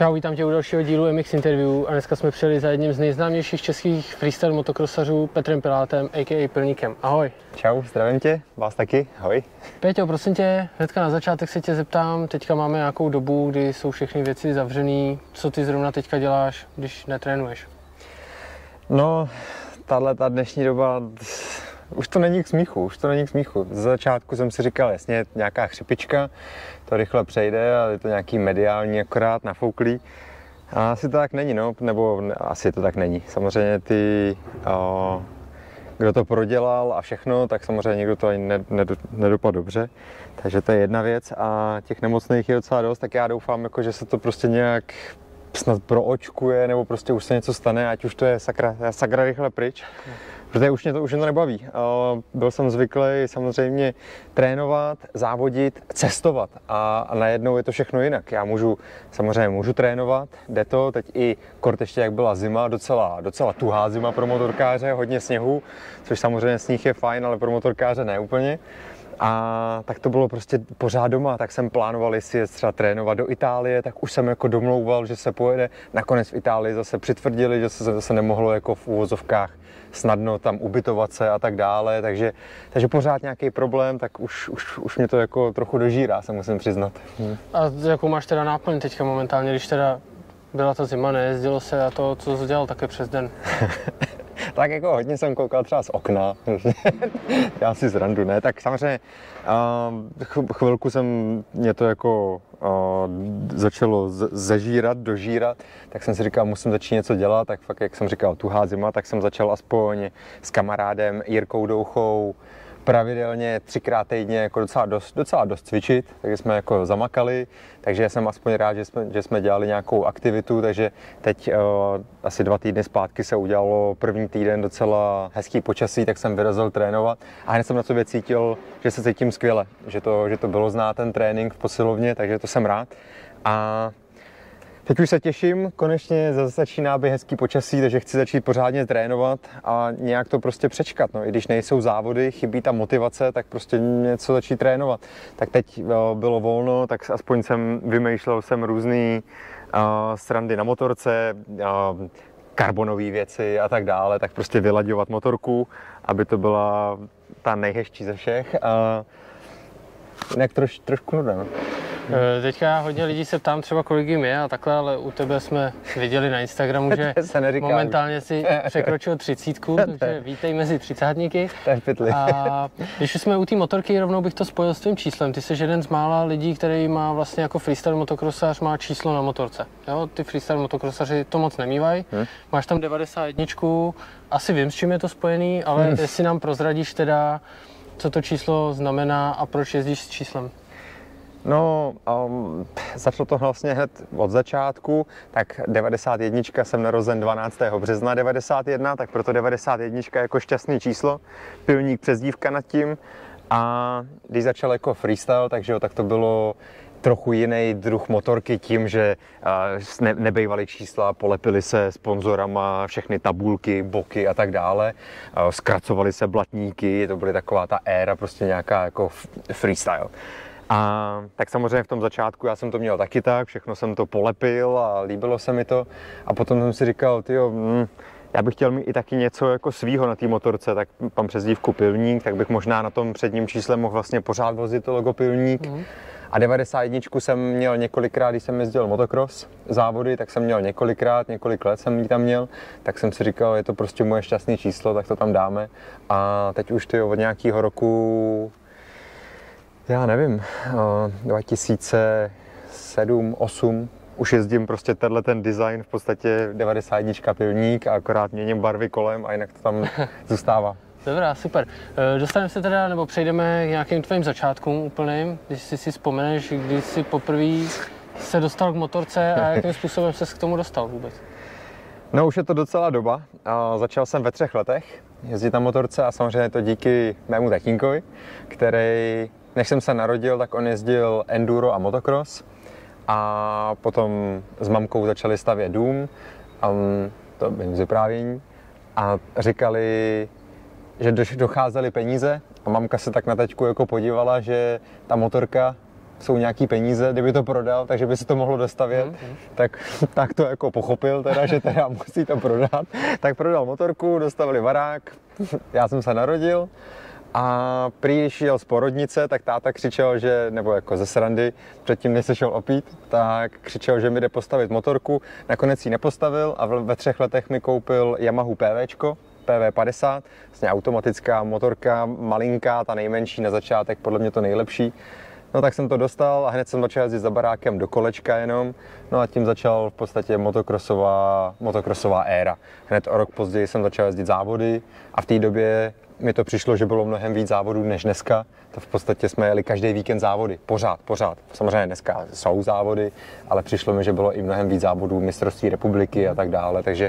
Čau, vítám tě u dalšího dílu MX Interview a dneska jsme přijeli za jedním z nejznámějších českých freestyle motokrosařů Petrem Pilátem, a.k.a. Pilníkem. Ahoj. Čau, zdravím tě, vás taky, ahoj. Péťo, prosím tě, hnedka na začátek se tě zeptám, teďka máme nějakou dobu, kdy jsou všechny věci zavřený, co ty zrovna teďka děláš, když netrénuješ? No, ta dnešní doba, už to není k smíchu, Ze začátku jsem si říkal, jasně, nějaká chřipička, to rychle přejde, ale je to nějaký mediální akorát nafouklý. A asi to tak není, no, nebo asi to tak není. Samozřejmě kdo to prodělal a všechno, tak samozřejmě někdo to ani nedopadl dobře. Takže to je jedna věc a těch nemocných je docela dost, tak já doufám, jako, že se to prostě nějak snad proočkuje, nebo prostě už se něco stane, ať už to je sakra rychle pryč. Protože už mě to nebaví. Byl jsem zvyklý samozřejmě trénovat, závodit, cestovat a najednou je to všechno jinak. Já samozřejmě můžu trénovat, jde to, teď i kort ještě jak byla zima, docela tuhá zima pro motorkáře, hodně sněhu, což samozřejmě sníh je fajn, ale pro motorkáře ne úplně. A tak to bylo prostě pořád doma, tak jsem plánoval, jestli je třeba trénovat do Itálie, tak už jsem jako domlouval, že se pojede. Nakonec v Itálii zase přitvrdili, že se zase nemohlo jako v úvozovkách snadno tam ubytovat se a tak dále, takže pořád nějaký problém, tak už mě to jako trochu dožírá, se musím přiznat. A jakou máš teda náplň teďka momentálně, když teda byla ta zima, nejezdilo se a to, co jsi dělal také přes den? Tak jako hodně jsem koukal třeba z okna, já si zrandu, ne, tak samozřejmě chvilku mě to jako začalo dožírat, tak jsem si říkal, musím začít něco dělat, tak fakt, jak jsem říkal, tuhá zima, tak jsem začal aspoň s kamarádem Jirkou Douchou pravidelně 3krát týdně jako docela dost cvičit, takže jsme jako zamakali, takže jsem aspoň rád, že jsme dělali nějakou aktivitu, takže teď asi 2 týdny zpátky se udělalo první týden docela hezký počasí, tak jsem vyrazil trénovat a hned jsem na sobě cítil, že se cítím skvěle, že to bylo znát ten trénink v posilovně, takže to jsem rád. A teď už se těším, konečně zase začíná být hezký počasí, takže chci začít pořádně trénovat a nějak to prostě přečkat. No. I když nejsou závody, chybí ta motivace, tak prostě něco začít trénovat. Tak teď bylo volno, tak aspoň vymýšlel jsem různý srandy na motorce, karbonové věci a tak dále, tak prostě vylaďovat motorku, aby to byla ta nejhezčí ze všech. Jinak trošku nudné. No. Teďka hodně lidí se ptám třeba, kolik jim je a takhle, ale u tebe jsme viděli na Instagramu, že momentálně si překročil 30, takže vítej mezi 30níky. A když jsme u té motorky, rovnou bych to spojil s tvým číslem. Ty jsi jeden z mála lidí, který má vlastně jako freestyle motokrosař, má číslo na motorce. Jo? Ty freestyle motokrosaři to moc nemývají. Máš tam 91, asi vím, s čím je to spojený, ale jestli nám prozradíš teda, co to číslo znamená a proč jezdíš s číslem? No, začalo to vlastně hned od začátku, tak 91 jsem narozen 12. března 91, tak proto 91 jako šťastný číslo, Pilník přezdívka nad tím. A když začal jako freestyle, takže tak to bylo trochu jiný druh motorky tím, že nebejvaly čísla, polepily se sponzorama všechny tabulky, boky a tak dále, zkracovaly se blatníky, to byly taková ta éra, prostě nějaká jako freestyle. A tak samozřejmě v tom začátku já jsem to měl taky tak, všechno jsem to polepil a líbilo se mi to. A potom jsem si říkal, já bych chtěl mít i taky něco jako svýho na té motorce, tak mám přezdívku Pilník, tak bych možná na tom předním čísle mohl vlastně pořád vozit to logo Pilník. A 91 jsem měl několikrát, když jsem jezdil motocross závody, tak jsem měl několik let jsem ji tam měl, tak jsem si říkal, je to prostě moje šťastné číslo, tak to tam dáme. A teď už od nějakého roku, já nevím, 2007-2008 už jezdím prostě ten design, v podstatě 91 Pilník a akorát měním barvy kolem a jinak to tam zůstává. Dobrá, super. Dostaneme se teda, nebo přejdeme k nějakým tvým začátkům úplným, když si vzpomeneš, když jsi poprvé se dostal k motorce a jakým způsobem ses k tomu dostal vůbec? No už je to docela doba. Začal jsem ve 3 letech jezdit na motorce a samozřejmě to díky mému tatínkovi, který, než jsem se narodil, tak on jezdil enduro a motocross a potom s mamkou začali stavět dům, to bylo vyprávění, a říkali, že docházely peníze a mamka se tak na taťku jako podívala, že ta motorka jsou nějaký peníze, kdyby to prodal, takže by se to mohlo dostavět, tak to jako pochopil teda, že teda musí to prodat. Tak prodal motorku, dostavili barák, já jsem se narodil. A prý, když jel z porodnice, tak táta křičel, že, nebo jako ze srandy, předtím než se šel opít, tak křičel, že mi jde postavit motorku. Nakonec ji nepostavil a ve 3 letech mi koupil Yamahu PVčko, PV50, vlastně automatická motorka, malinká, ta nejmenší na začátek, podle mě to nejlepší. No tak jsem to dostal a hned jsem začal jezdit za barákem do kolečka jenom. No a tím začal v podstatě motocrossová éra. Hned o rok později jsem začal jezdit závody a v té době mi to přišlo, že bylo mnohem víc závodů než dneska. To v podstatě jsme jeli každý víkend závody, pořád. Samozřejmě dneska jsou závody, ale přišlo mi, že bylo i mnohem víc závodů, mistrovství republiky a tak dále. Takže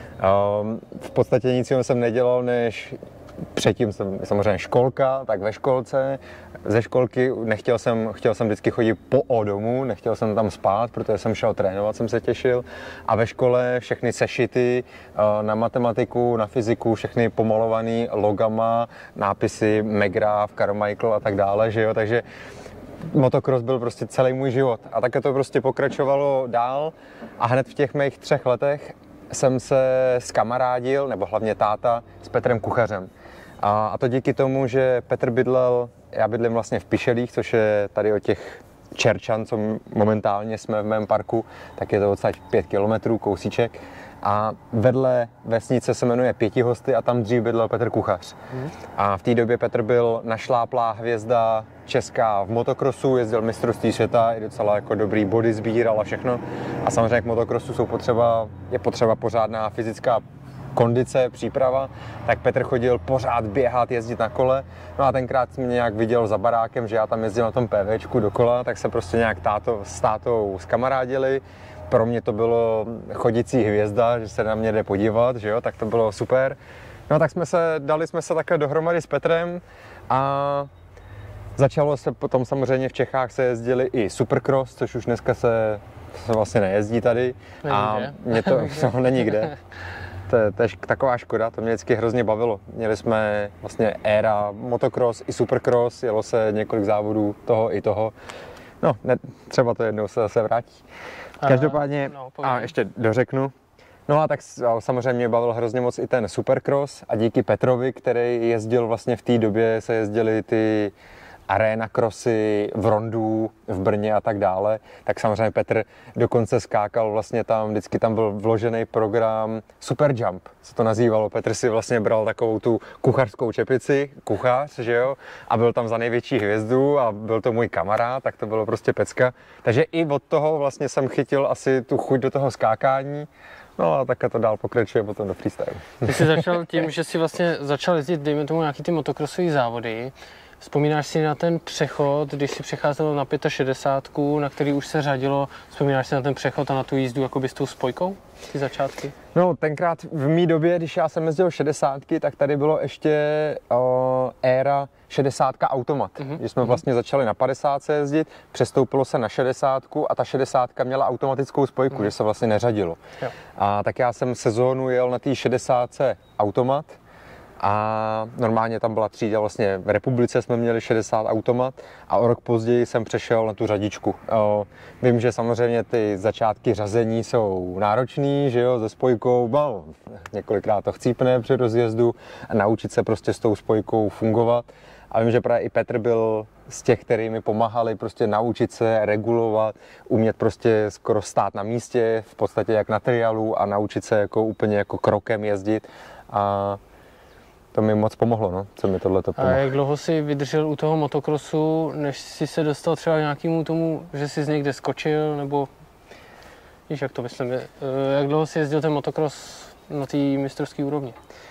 v podstatě nic jiného jsem nedělal, než předtím jsem samozřejmě školka, tak ve školce. Ze školky chtěl jsem vždycky chodit po domů, nechtěl jsem tam spát, protože jsem šel trénovat, jsem se těšil. A ve škole všechny sešity na matematiku, na fyziku, všechny pomalovaný logama, nápisy McGrath, Carmichael a tak dále, že jo, takže motocross byl prostě celý můj život. A také to prostě pokračovalo dál a hned v těch mých 3 letech jsem se skamarádil, nebo hlavně táta, s Petrem Kuchařem. A to díky tomu, že Petr bydlel, já bydlím vlastně v Pišelích, což je tady od těch Čerčan, co momentálně jsme v mém parku, tak je to odsaď 5 kilometrů, kousíček. A vedle vesnice se jmenuje Pětihosty a tam dřív bydlel Petr Kuchař. A v té době Petr byl našláplá hvězda česká v motocrossu, jezdil mistrovství světa, i docela jako dobrý body sbíral a všechno. A samozřejmě k motocrossu je potřeba pořádná fyzická kondice, příprava, tak Petr chodil pořád běhat, jezdit na kole. No a tenkrát mě nějak viděl za barákem, že já tam jezdil na tom PVčku dokola, tak se prostě nějak s tátou zkamarádili. Pro mě to bylo chodící hvězda, že se na mě jde podívat, že jo, tak to bylo super. No tak dali jsme se takhle dohromady s Petrem a začalo se potom samozřejmě v Čechách se jezdili i Supercross, což už dneska se vlastně nejezdí tady. A mě to není kde. To je taková škoda, to mě vždycky hrozně bavilo. Měli jsme vlastně éra motocross i supercross, jelo se několik závodů toho i toho. No, třeba to jednou se zase vrátí. Každopádně, a ještě dořeknu. No a tak samozřejmě mě bavil hrozně moc i ten supercross a díky Petrovi, který jezdil vlastně v té době, se jezdili ty arena crossy v Rondu, v Brně a tak dále, tak samozřejmě Petr dokonce skákal vlastně tam, vždycky tam byl vložený program Super Jump, co to nazývalo. Petr si vlastně bral takovou tu kuchařskou čepici, kuchař, že jo, a byl tam za největší hvězdu a byl to můj kamarád, tak to bylo prostě pecka. Takže i od toho vlastně jsem chytil asi tu chuť do toho skákání. No a takhle to dál pokračuje potom do freestyle. Ty jsi začal tím, že jsi vlastně začal jezdit, dejme tomu, nějaký ty motocrossové závody. Vzpomínáš si na ten přechod, když jsi přecházel na 65, na který už se řadilo, vzpomínáš si na ten přechod a na tu jízdu jakoby s tou spojkou, ty začátky? No tenkrát v mý době, když já jsem jezdil 60, tak tady bylo ještě éra 60 automat. Když jsme vlastně začali na 50 jezdit, přestoupilo se na 60 a ta 60 měla automatickou spojku, že se vlastně neřadilo. Jo. A tak já jsem sezónu jel na té 60 automat. A normálně tam byla třída, vlastně v republice jsme měli 60 automat a o rok později jsem přešel na tu řadičku. Vím, že samozřejmě ty začátky řazení jsou náročný, že jo, se spojkou, no, několikrát to chcípne při rozjezdu a naučit se prostě s tou spojkou fungovat. A vím, že právě i Petr byl z těch, který mi pomáhali prostě naučit se regulovat, umět prostě skoro stát na místě, v podstatě jak na trialu a naučit se jako úplně jako krokem jezdit. A to mi moc pomohlo, no, co mi tohleto pomohlo. A jak dlouho jsi vydržel u toho motocrossu, než jsi se dostal třeba k nějakému tomu, že jsi z někde skočil, nebo víš, jak to myslím, jak dlouho jsi jezdil ten motocross na té mistrovské úrovni?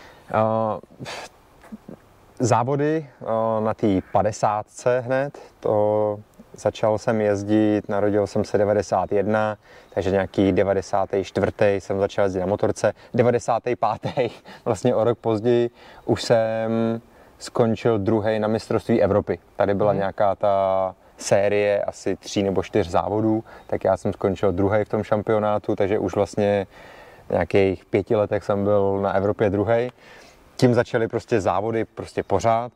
Závody na té 50 hned, to začal jsem jezdit, narodil jsem se 91, takže nějaký 94. jsem začal jezdit na motorce. 95. vlastně o rok později už jsem skončil druhý na mistrovství Evropy. Tady byla nějaká ta série asi 3 nebo 4 závodů, tak já jsem skončil druhý v tom šampionátu, takže už vlastně nějakých 5 letech jsem byl na Evropě druhý. tím začaly prostě závody prostě pořád.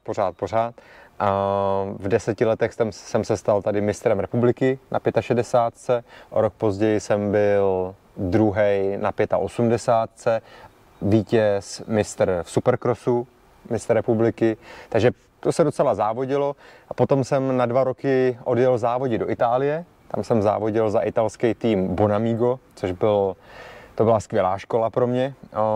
A v 10 letech jsem se stal tady mistrem republiky na 65. O rok později jsem byl druhý na 85. Vítěz mistr v supercrossu, mistr republiky. Takže to se docela závodilo. A potom jsem na 2 roky odjel závodit do Itálie. Tam jsem závodil za italský tým Bonamigo, to byla skvělá škola pro mě.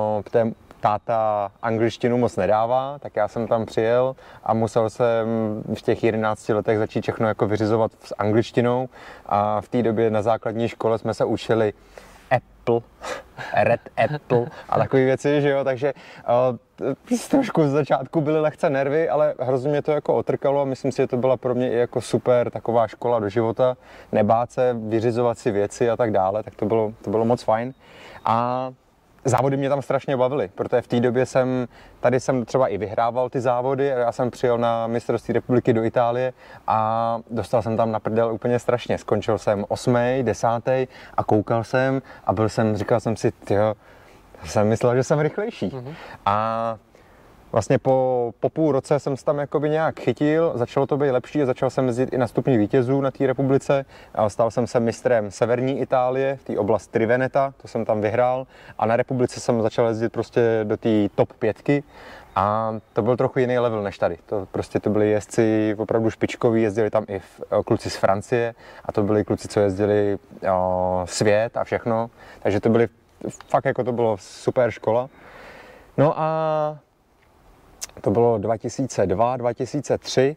Táta angličtinu moc nedává, tak já jsem tam přijel a musel jsem v těch 11 letech začít všechno jako vyřizovat s angličtinou. A v té době na základní škole jsme se učili Apple, Red Apple a takové věci, že jo, takže trošku z začátku byly lehce nervy, ale hrozně mě to jako otrkalo a myslím si, že to byla pro mě i jako super taková škola do života, nebát se, vyřizovat si věci a tak dále, tak to bylo moc fajn. A závody mě tam strašně bavily, protože v té době jsem třeba i vyhrával ty závody, já jsem přijel na mistrovství republiky do Itálie a dostal jsem tam na prdel úplně strašně. Skončil jsem 8., 10. a koukal jsem a říkal jsem si, jsem myslel, že jsem rychlejší. A vlastně po půl roce jsem se tam jakoby nějak chytil, začalo to být lepší a začal jsem jezdit i na stupni vítězů na té republice. Stal jsem se mistrem severní Itálie, v té oblasti Triveneta, to jsem tam vyhrál a na republice jsem začal jezdit prostě do té top 5 a to byl trochu jiný level než tady. To byli jezdci opravdu špičkoví, jezdili tam i kluci z Francie a to byli kluci, co jezdili svět a všechno, takže to bylo super škola. No a to bylo 2002, 2003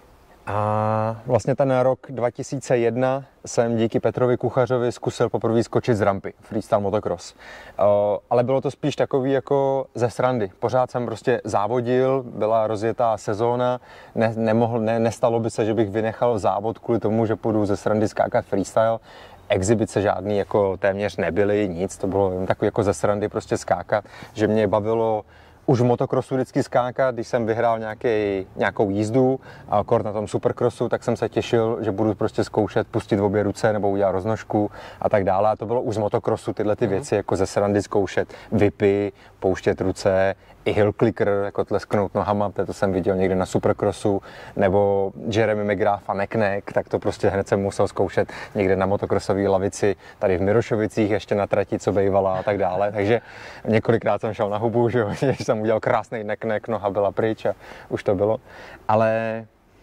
a vlastně ten rok 2001 jsem díky Petrovi Kuchařovi zkusil poprvé skočit z rampy, freestyle motocross. Ale bylo to spíš takový jako ze srandy. Pořád jsem prostě závodil, byla rozjetá sezóna, nestalo by se, že bych vynechal závod kvůli tomu, že půjdu ze srandy skákat freestyle. Exibice žádný jako téměř nebyly, nic, to bylo jen takový jako ze srandy prostě skákat, že mě bavilo už v motocrossu vždycky skákat, když jsem vyhrál nějakou jízdu a kort na tom supercrossu, tak jsem se těšil, že budu prostě zkoušet pustit v obě ruce nebo udělat roznožku a tak dále. A to bylo už z motocrossu tyhle ty věci, jako ze srandy zkoušet whipy, pouštět ruce, i hill clicker, jako tlesknout nohama, to jsem viděl někde na supercrossu, nebo Jeremy McGrath a neck, tak to prostě hned jsem musel zkoušet někde na motocrossové lavici, tady v Mirošovicích ještě na trati, co bývala a tak dále. Takže několikrát jsem šel na hubu, že jsem udělal krásný neck, noha byla pryč a už to bylo. Ale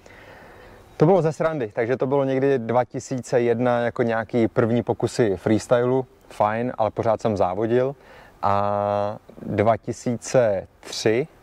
to bylo ze srandy, takže to bylo někdy 2001 jako nějaký první pokusy freestylu, fajn, ale pořád jsem závodil. A 2004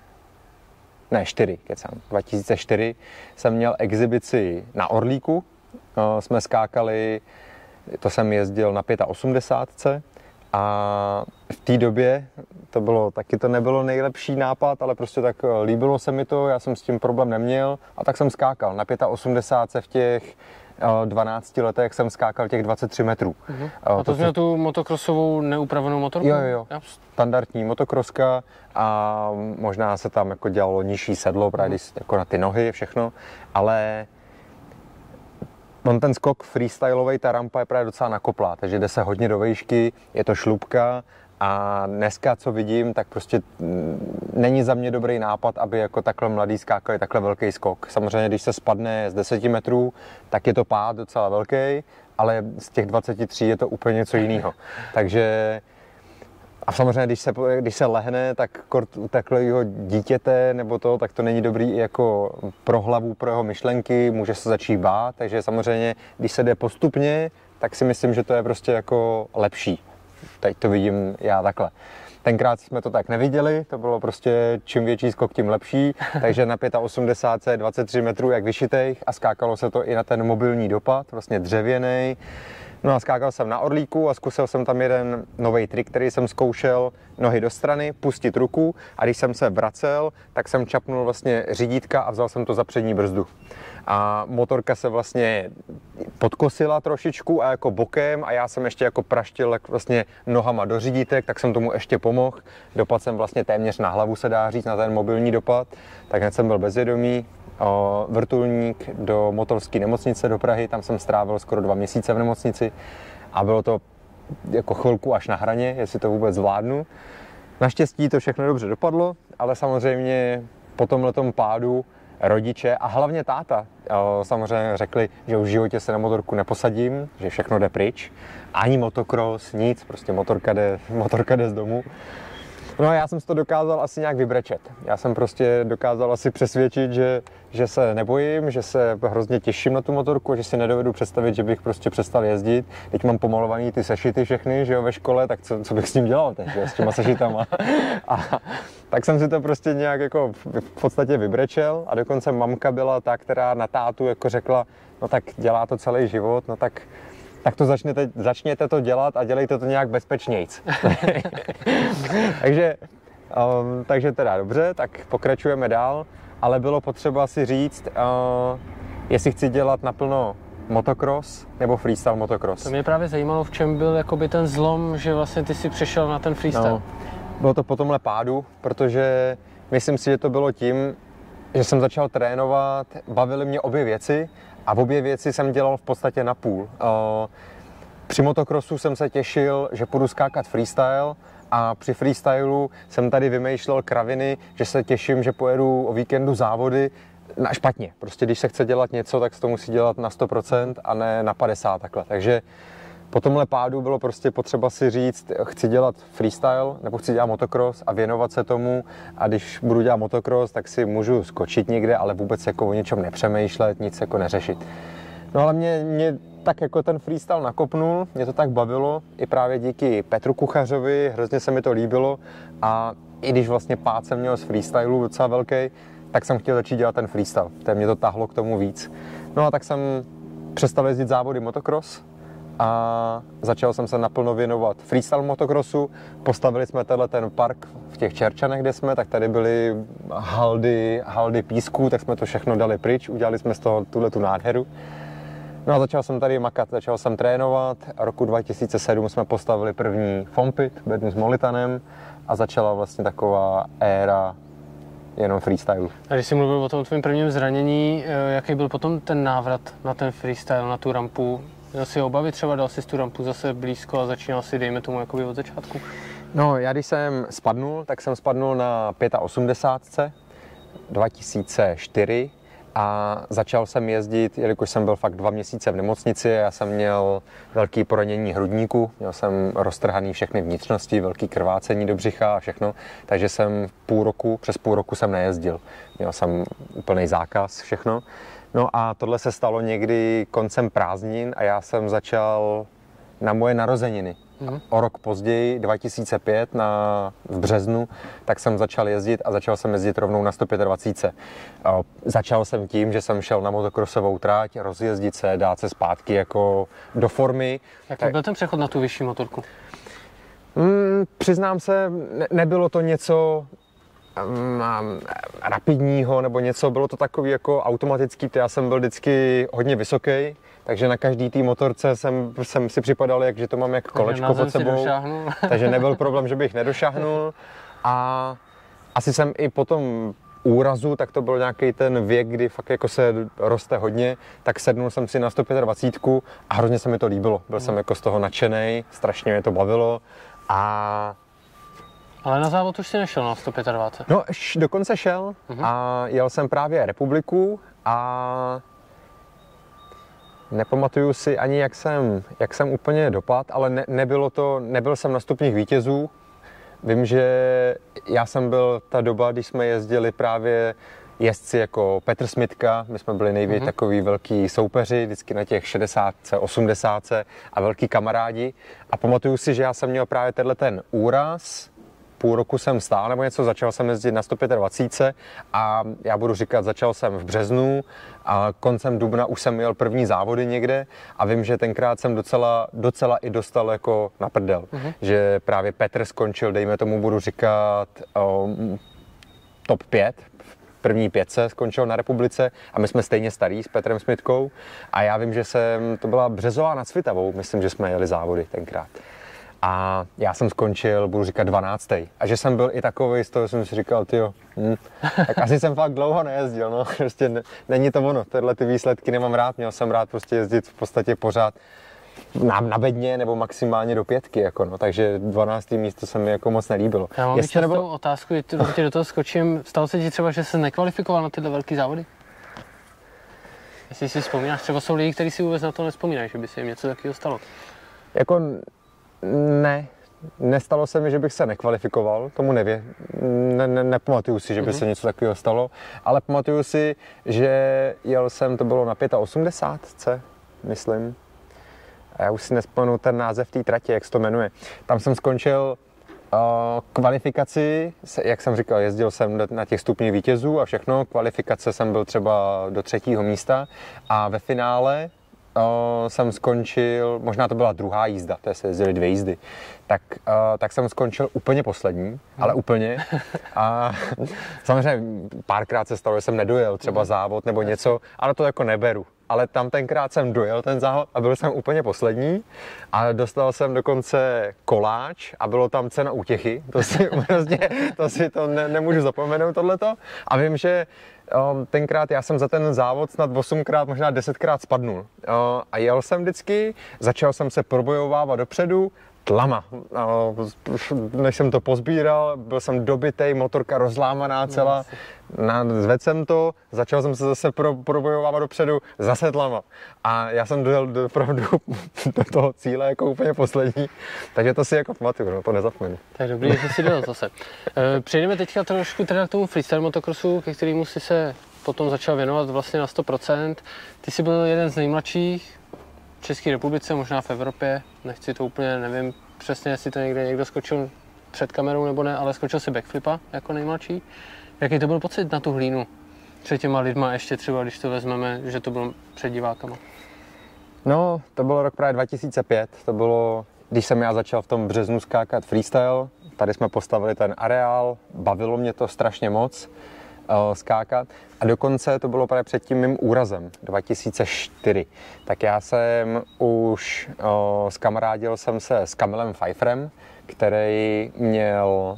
jsem měl exibici na Orlíku, jsme skákali, to jsem jezdil na 85. A v té době to nebylo nejlepší nápad, ale prostě tak líbilo se mi to, já jsem s tím problém neměl a tak jsem skákal. Na 85 v těch 12 letech jsem skákal těch 23 metrů. A to měl tu motocrossovou neupravenou motorku? Jo. Standardní motocrosska a možná se tam jako dělalo nižší sedlo, právě jako na ty nohy, všechno, ale ten skok freestylovej, ta rampa je právě docela nakoplá, takže jde se hodně do výšky, je to šlubka a dneska, co vidím, tak prostě není za mě dobrý nápad, aby jako takhle mladý skákali takhle velký skok. Samozřejmě, když se spadne z 10 metrů, tak je to pád docela velký, ale z těch 23 je to úplně něco jiného. Takže a samozřejmě, když se lehne, tak u takového dítěte nebo to, tak to není dobrý i jako pro hlavu, pro jeho myšlenky, může se začít bát, takže samozřejmě, když se jde postupně, tak si myslím, že to je prostě jako lepší. Teď to vidím já takhle. Tenkrát jsme to tak neviděli, to bylo prostě čím větší skok, tím lepší, takže na 85 23 metrů jak vyšitejch a skákalo se to i na ten mobilní dopad, vlastně dřevěnej. No a skákal jsem na Orlíku a zkusil jsem tam jeden nový trik, který jsem zkoušel, nohy do strany, pustit ruku a když jsem se vracel, tak jsem čapnul vlastně řídítka a vzal jsem to za přední brzdu. A motorka se vlastně podkosila trošičku a jako bokem a já jsem ještě jako praštil vlastně nohama do řídítek, tak jsem tomu ještě pomohl. Dopad jsem vlastně téměř na hlavu, se dá říct, na ten mobilní dopad, tak hned jsem byl bezvědomý. Vrtulník do motorské nemocnice do Prahy, tam jsem strávil skoro 2 měsíce v nemocnici a bylo to jako chvilku až na hraně, jestli to vůbec zvládnu. Naštěstí to všechno dobře dopadlo ale samozřejmě po tomhletom pádu rodiče a hlavně táta samozřejmě řekli, že už v životě se na motorku neposadím, že všechno jde pryč, ani motocross, nic, prostě motorka jde z domu. No a já jsem si to dokázal asi nějak vybrečet. Já jsem prostě dokázal asi přesvědčit, že se nebojím, že se hrozně těším na tu motorku, že si nedovedu představit, že bych prostě přestal jezdit. Teď mám pomalovaný ty sešity všechny, že jo, ve škole, tak co bych s tím dělal teď, s těma sešitama. A tak jsem si to prostě nějak jako v podstatě vybrečel a dokonce mamka byla ta, která na tátu jako řekla, no tak dělá to celý život, no tak to začněte to dělat a dělejte to nějak bezpečnějc. takže teda dobře, tak pokračujeme dál, ale bylo potřeba si říct, jestli chci dělat naplno motocross nebo freestyle motocross. To mě právě zajímalo, v čem byl jakoby ten zlom, že vlastně ty si přešel na ten freestyle. No, bylo to po tomhle pádu, protože myslím si, že to bylo tím, že jsem začal trénovat, bavily mě obě věci, a v obě věci jsem dělal v podstatě na půl. Při motocrossu jsem se těšil, že půjdu skákat freestyle a při freestylu jsem tady vymýšlel kraviny, že se těším, že pojedu o víkendu závody na špatně. Prostě když se chce dělat něco, tak se to musí dělat na 100% a ne na 50% takhle. Takže po tomhle pádu bylo prostě potřeba si říct, chci dělat freestyle nebo chci dělat motocross a věnovat se tomu a když budu dělat motocross, tak si můžu skočit někde, ale vůbec jako o něčem nepřemýšlet, nic jako neřešit. No ale mě tak jako ten freestyle nakopnul, mě to tak bavilo, i právě díky Petru Kuchařovi, hrozně se mi to líbilo a i když vlastně pád jsem měl z freestylu docela velký, tak jsem chtěl začít dělat ten freestyle, tak mě to táhlo k tomu víc. No a tak jsem přestal jezdit závody motocross, a začal jsem se naplno věnovat freestyle motocrossu. Postavili jsme ten park v těch Čerčanech, kde jsme, tak tady byly haldy písku, tak jsme to všechno dali pryč, udělali jsme z toho tu nádheru. No a začal jsem tady makat, začal jsem trénovat. Roku 2007 jsme postavili první fompit, bednu s molitanem a začala vlastně taková éra jenom freestylu. A když jsi mluvil o tom tvém prvním zranění, jaký byl potom ten návrat na ten freestyle, na tu rampu? Měl jsi obavy třeba, dal jsi tu rampu zase blízko a začínal si, dejme tomu, jakoby od začátku? No, já když jsem spadnul, tak jsem spadnul na 85. 2004 a začal jsem jezdit, jelikož jsem byl fakt 2 měsíce v nemocnici, já jsem měl velké poranění hrudníku, měl jsem roztrhaný všechny vnitřnosti, velké krvácení do břicha a všechno, takže jsem přes půl roku jsem nejezdil. Měl jsem úplný zákaz, všechno. No a tohle se stalo někdy koncem prázdnin a já jsem začal na moje narozeniny. O rok později, 2005, v březnu, tak jsem začal jezdit a začal jsem jezdit rovnou na 125. Začal jsem tím, že jsem šel na motocrossovou trať, rozjezdit se, dát se zpátky jako do formy. Jak byl ten přechod na tu vyšší motorku? Přiznám se, nebylo to něco rapidního nebo něco, bylo to takový jako automatický, já jsem byl vždycky hodně vysoký, takže na každý té motorce jsem si připadal, že to mám jak kolečko pod sebou, takže nebyl problém, že bych nedošáhnul a asi jsem i po tom úrazu, tak to byl nějaký ten věk, kdy fakt jako se roste hodně, tak sednul jsem si na 125 a hrozně se mi to líbilo, byl jsem jako z toho nadšenej, strašně mě to bavilo a ale na závod už si nešel na 125? No, dokonce šel a jel jsem právě republiku a nepamatuju si ani, jak jsem úplně dopadl, ale nebyl jsem na stupních vítězů. Vím, že já jsem byl ta doba, když jsme jezdili právě jezdci jako Petr Smitka, my jsme byli nejvíc takový velký soupeři, vždycky na těch 60, 80 a velký kamarádi. A pamatuju si, že já jsem měl právě ten úraz, půl roku jsem stál nebo něco, začal jsem jezdit na 125 a já budu říkat, začal jsem v březnu a koncem dubna už jsem jel první závody někde a vím, že tenkrát jsem docela i dostal jako na prdel, že právě Petr skončil, dejme tomu, budu říkat top 5, první 5 skončil na republice a my jsme stejně starý s Petrem Smitkou a já vím, že to byla Březová nad Svitavou, myslím, že jsme jeli závody tenkrát. A já jsem skončil, budu říkat 12. A že jsem byl i takový, z toho jsem si říkal, tak asi jsem fakt dlouho nejezdil, no. Prostě není to ono, tyhle ty výsledky nemám rád, měl jsem rád prostě jezdit v podstatě pořád. na bedně nebo maximálně do 5, jako no, takže 12. místo se mi jako moc nelíbilo. Já mám častou otázku, do toho skočím. Stalo se ti třeba, že se nekvalifikoval na tyhle velké závody? Jestli si vzpomínáš, třeba jsou lidi, kteří si vůbec na to nevzpomínají, že by se jim něco takového stalo? Jako ne. Nestalo se mi, že bych se nekvalifikoval, tomu nepamatuju si, že by se něco takového stalo, ale pamatuju si, že jel jsem, to bylo na 85, myslím. A já už si nespomenu ten název té trati, jak se to jmenuje. Tam jsem skončil kvalifikaci, jak jsem říkal, jezdil jsem na těch stupních vítězů a všechno, kvalifikace jsem byl třeba do 3. místa a ve finále jsem skončil, možná to byla druhá jízda, to se jezdily 2 jízdy, tak jsem skončil úplně poslední, ale úplně. A samozřejmě párkrát se stalo, že jsem nedojel třeba závod nebo něco, ale to jako neberu. Ale tam tenkrát jsem dojel ten závod a byl jsem úplně poslední a dostal jsem dokonce koláč a bylo tam cena útěchy. To si nemůžu zapomenout tohleto. A vím, že tenkrát já jsem za ten závod snad 8krát, možná 10krát spadnul. A jel jsem vždycky, začal jsem se probojovávat dopředu, tlama. Než jsem to pozbíral, byl jsem dobitej, motorka rozlámaná celá, zvedl jsem to, začal jsem se zase probojovávat dopředu, zase tlama. A já jsem dojel opravdu do toho cíle jako úplně poslední, takže to si jako pamatuju, no, to nezapomenu. Tak dobrý, že jsi dojel zase. Přejdeme teďka trošku teda k tomu freestyle motocrossu, ke kterému si se potom začal věnovat vlastně na 100%. Ty jsi byl jeden z nejmladších v České republice, možná v Evropě, nechci to úplně, nevím přesně, jestli to někdo skočil před kamerou nebo ne, ale skočil si backflipa jako nejmladší. Jaký to byl pocit na tu hlínu před těma lidma, ještě třeba, když to vezmeme, že to bylo před divákama? No, to bylo rok právě 2005, to bylo, když jsem já začal v tom březnu skákat freestyle, tady jsme postavili ten areál, bavilo mě to strašně moc skákat a dokonce to bylo právě před tím mým úrazem 2004. Tak já jsem už skamarádil jsem se s Kamilem Pfeifferem, který měl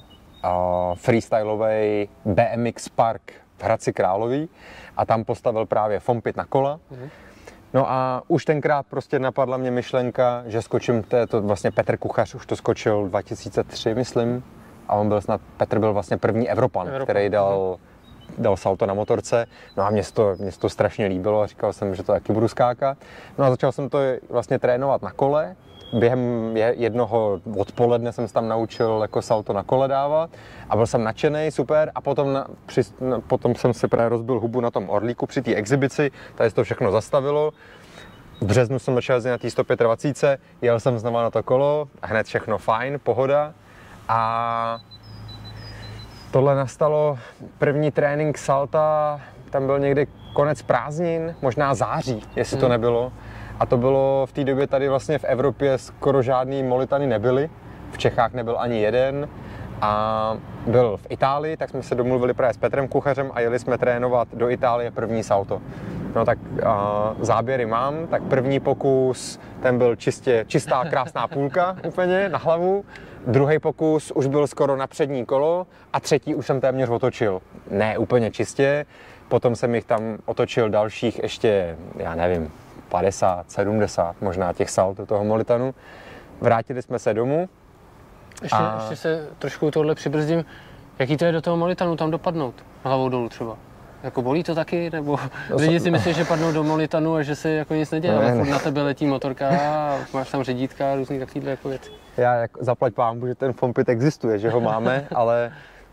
freestylový BMX park v Hradci Králové a tam postavil právě fompit na kola. No a už tenkrát prostě napadla mě myšlenka, že skočím, to vlastně Petr Kuchař už to skočil 2003, myslím, a on byl snad, Petr byl vlastně první Evropan. Který dal salto na motorce, no a mě to strašně líbilo a říkal jsem, že to taky budu skákat. No a začal jsem to vlastně trénovat na kole. Během jednoho odpoledne jsem se tam naučil jako salto na kole dávat a byl jsem nadšený, super, a potom jsem si právě rozbil hubu na tom Orlíku při té exibici, tady se to všechno zastavilo. V březnu jsem začal jezdit na té 125, jel jsem znova na to kolo, hned všechno fajn, pohoda a tohle nastalo, první trénink salta, tam byl někdy konec prázdnin, možná září, jestli to nebylo. A to bylo v té době tady vlastně v Evropě skoro žádný molitany nebyly, v Čechách nebyl ani jeden a byl v Itálii, tak jsme se domluvili právě s Petrem Kuchařem a jeli jsme trénovat do Itálie první salto. No tak záběry mám, tak první pokus, ten byl čistá krásná půlka úplně na hlavu, druhý pokus už byl skoro na přední kolo a třetí už jsem téměř otočil. Ne úplně čistě, potom jsem jich tam otočil dalších ještě, já nevím, 50, 70 možná těch salt do toho molitanu. Vrátili jsme se domů. Ještě se trošku tohle přibrzdím. Jaký to je do toho molitanu tam dopadnout? Hlavou dolů třeba? Jako bolí to taky? Nebo lidi si myslí, že padnou do molitanu a že se jako nic neděje, ale furt na tebe letí motorka a máš tam řidítka a různý takovýhle jako věci. Já zaplať pánbu, že ten fompit existuje, že ho máme, ale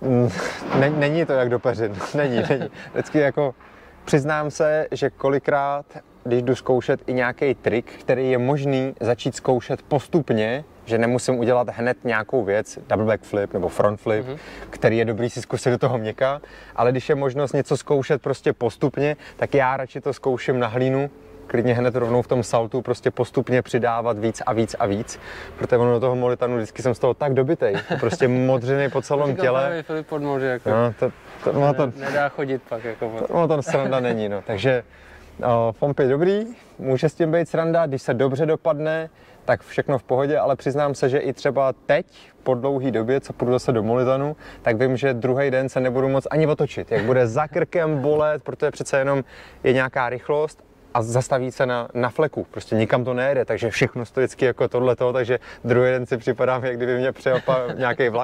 není to jak do peřin. Není. Vždycky jako přiznám se, že kolikrát, když jdu zkoušet i nějaký trik, který je možný začít zkoušet postupně, že nemusím udělat hned nějakou věc, double backflip nebo front flip, který je dobrý si zkusit do toho měka, ale když je možnost něco zkoušet prostě postupně, tak já radši to zkouším na hlínu, klidně hned rovnou v tom saltu prostě postupně přidávat víc a víc a víc, protože ono do toho molitanu vždycky jsem z toho tak dobitej, prostě modřiny po celém těle. Filip Podmoř, jako. No, to nedá chodit pak jako. To sranda není, no, takže fomp je dobrý, může s tím být sranda, když se dobře dopadne, tak všechno v pohodě, ale přiznám se, že i třeba teď, po dlouhý době, co půjdu zase do molitanu, tak vím, že druhý den se nebudu moc ani otočit, jak bude za krkem bolet, protože přece jenom je nějaká rychlost a zastaví se na fleku, prostě nikam to nejede, takže všechno stoicky jako tohleto, takže druhý den si připadám, jak kdyby mě přejel nějaký vlak.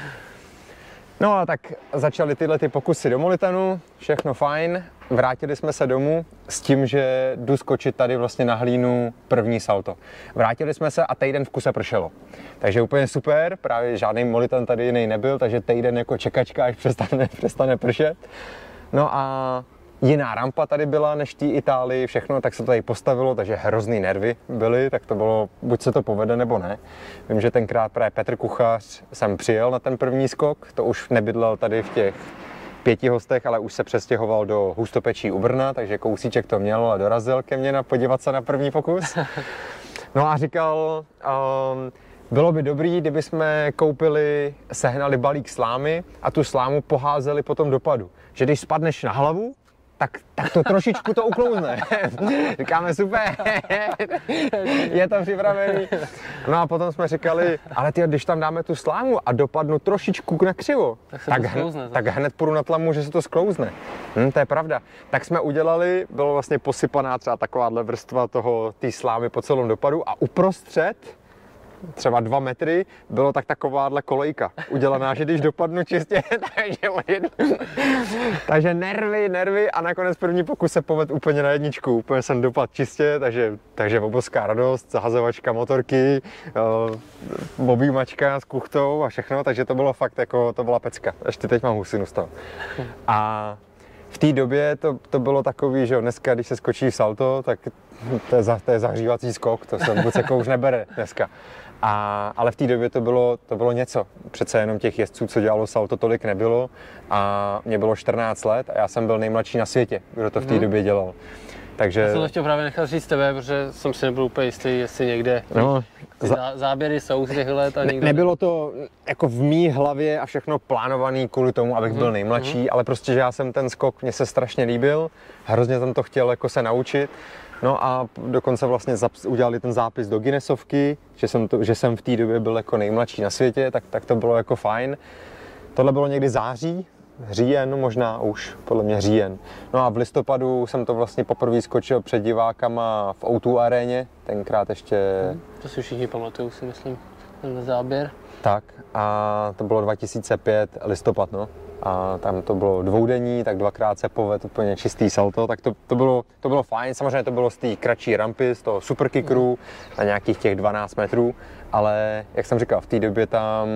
No a tak začaly tyhle ty pokusy do Molitanu, všechno fajn, vrátili jsme se domů s tím, že jdu skočit tady vlastně na hlínu první salto. Vrátili jsme se a týden v kuse pršelo. Takže úplně super, právě žádný Molitan tady jiný nebyl, takže týden jako čekačka, až přestane pršet. No a jiná rampa tady byla než té Itálii, všechno, tak se to tady postavilo, takže hrozný nervy byly, tak to bylo, buď se to povede, nebo ne. Vím, že tenkrát právě Petr Kuchař jsem přijel na ten první skok, to už nebydlel tady v těch 5 hostech, ale už se přestěhoval do Hustopečí u Brna, takže kousíček to měl a dorazil ke mně podívat se na první pokus. No a říkal, bylo by dobrý, kdyby jsme sehnali balík slámy a tu slámu poházeli po tom dopadu. Že když spadneš na hlavu, tak to trošičku to uklouzne. Říkáme super, je to připravený. No a potom jsme říkali, ale když tam dáme tu slámu a dopadnu trošičku na křivo, tak hned půjdu na tlamu, že se to sklouzne. To je pravda. Tak jsme udělali, bylo vlastně posypaná třeba takováhle vrstva té slámy po celém dopadu a uprostřed třeba 2 metry, bylo takováhle kolejka udělaná, že když dopadnu čistě, takže ojedu. Takže nervy a nakonec první pokus se povedl úplně na jedničku. Úplně jsem dopadl čistě, takže obrovská radost, zahazovačka motorky, objímačka s kuchtou a všechno, takže to bylo fakt jako, to byla pecka. Ještě teď mám husinu z toho. A v té době to bylo takový, že dneska, když se skočí v salto, tak to je zahřívací skok, to se vůbec jako už nebere dneska. Ale v té době to bylo něco. Přece jenom těch jezdců, co dělalo salto, tolik nebylo a mě bylo 14 let a já jsem byl nejmladší na světě, kdo to v té době dělal. Takže... Já jsem to chtěl právě nechat říct tebe, protože jsem si nebyl úplně jistý, jestli někde záběry jsou z těch let a někde... Nebylo to jako v mý hlavě a všechno plánovaný kvůli tomu, abych byl nejmladší, ale prostě, že já jsem ten skok, mně se strašně líbil, hrozně jsem to chtěl jako se naučit. No a dokonce vlastně udělali ten zápis do Guinnessovky, že jsem v té době byl jako nejmladší na světě, tak to bylo jako fajn. Tohle bylo někdy říjen, možná už, podle mě říjen. No a v listopadu jsem to vlastně poprvé skočil před divákama v O2 aréně, tenkrát ještě... To si všichni pamatují, si myslím, ten záběr. Tak a to bylo 2005, listopad, no. A tam to bylo dvoudenní, tak 2krát se povedl úplně čistý salto, tak to bylo fajn. Samozřejmě to bylo z té kratší rampy, z toho superkickeru na nějakých těch 12 metrů, ale jak jsem říkal, v té době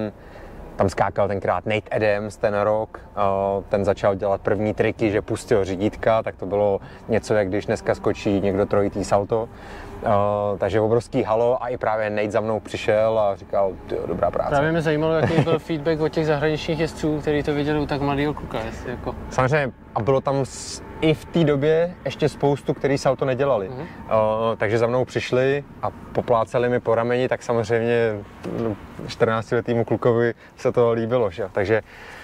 tam skákal tenkrát Nate Adams ten rok, ten začal dělat první triky, že pustil řídítka, tak to bylo něco, jak když dneska skočí někdo trojitý salto. Takže obrovský halo a i právě Nate za mnou přišel a říkal, dobrá práce. Právě mě zajímalo, jaký byl feedback od těch zahraničních jezdců, kteří to viděli u tak mladého kluka. Jako... Samozřejmě a bylo tam i v té době ještě spoustu, kteří salto nedělali. Takže za mnou přišli a popláceli mi po rameni, tak samozřejmě 14letýmu klukovi se to líbilo. Že? Takže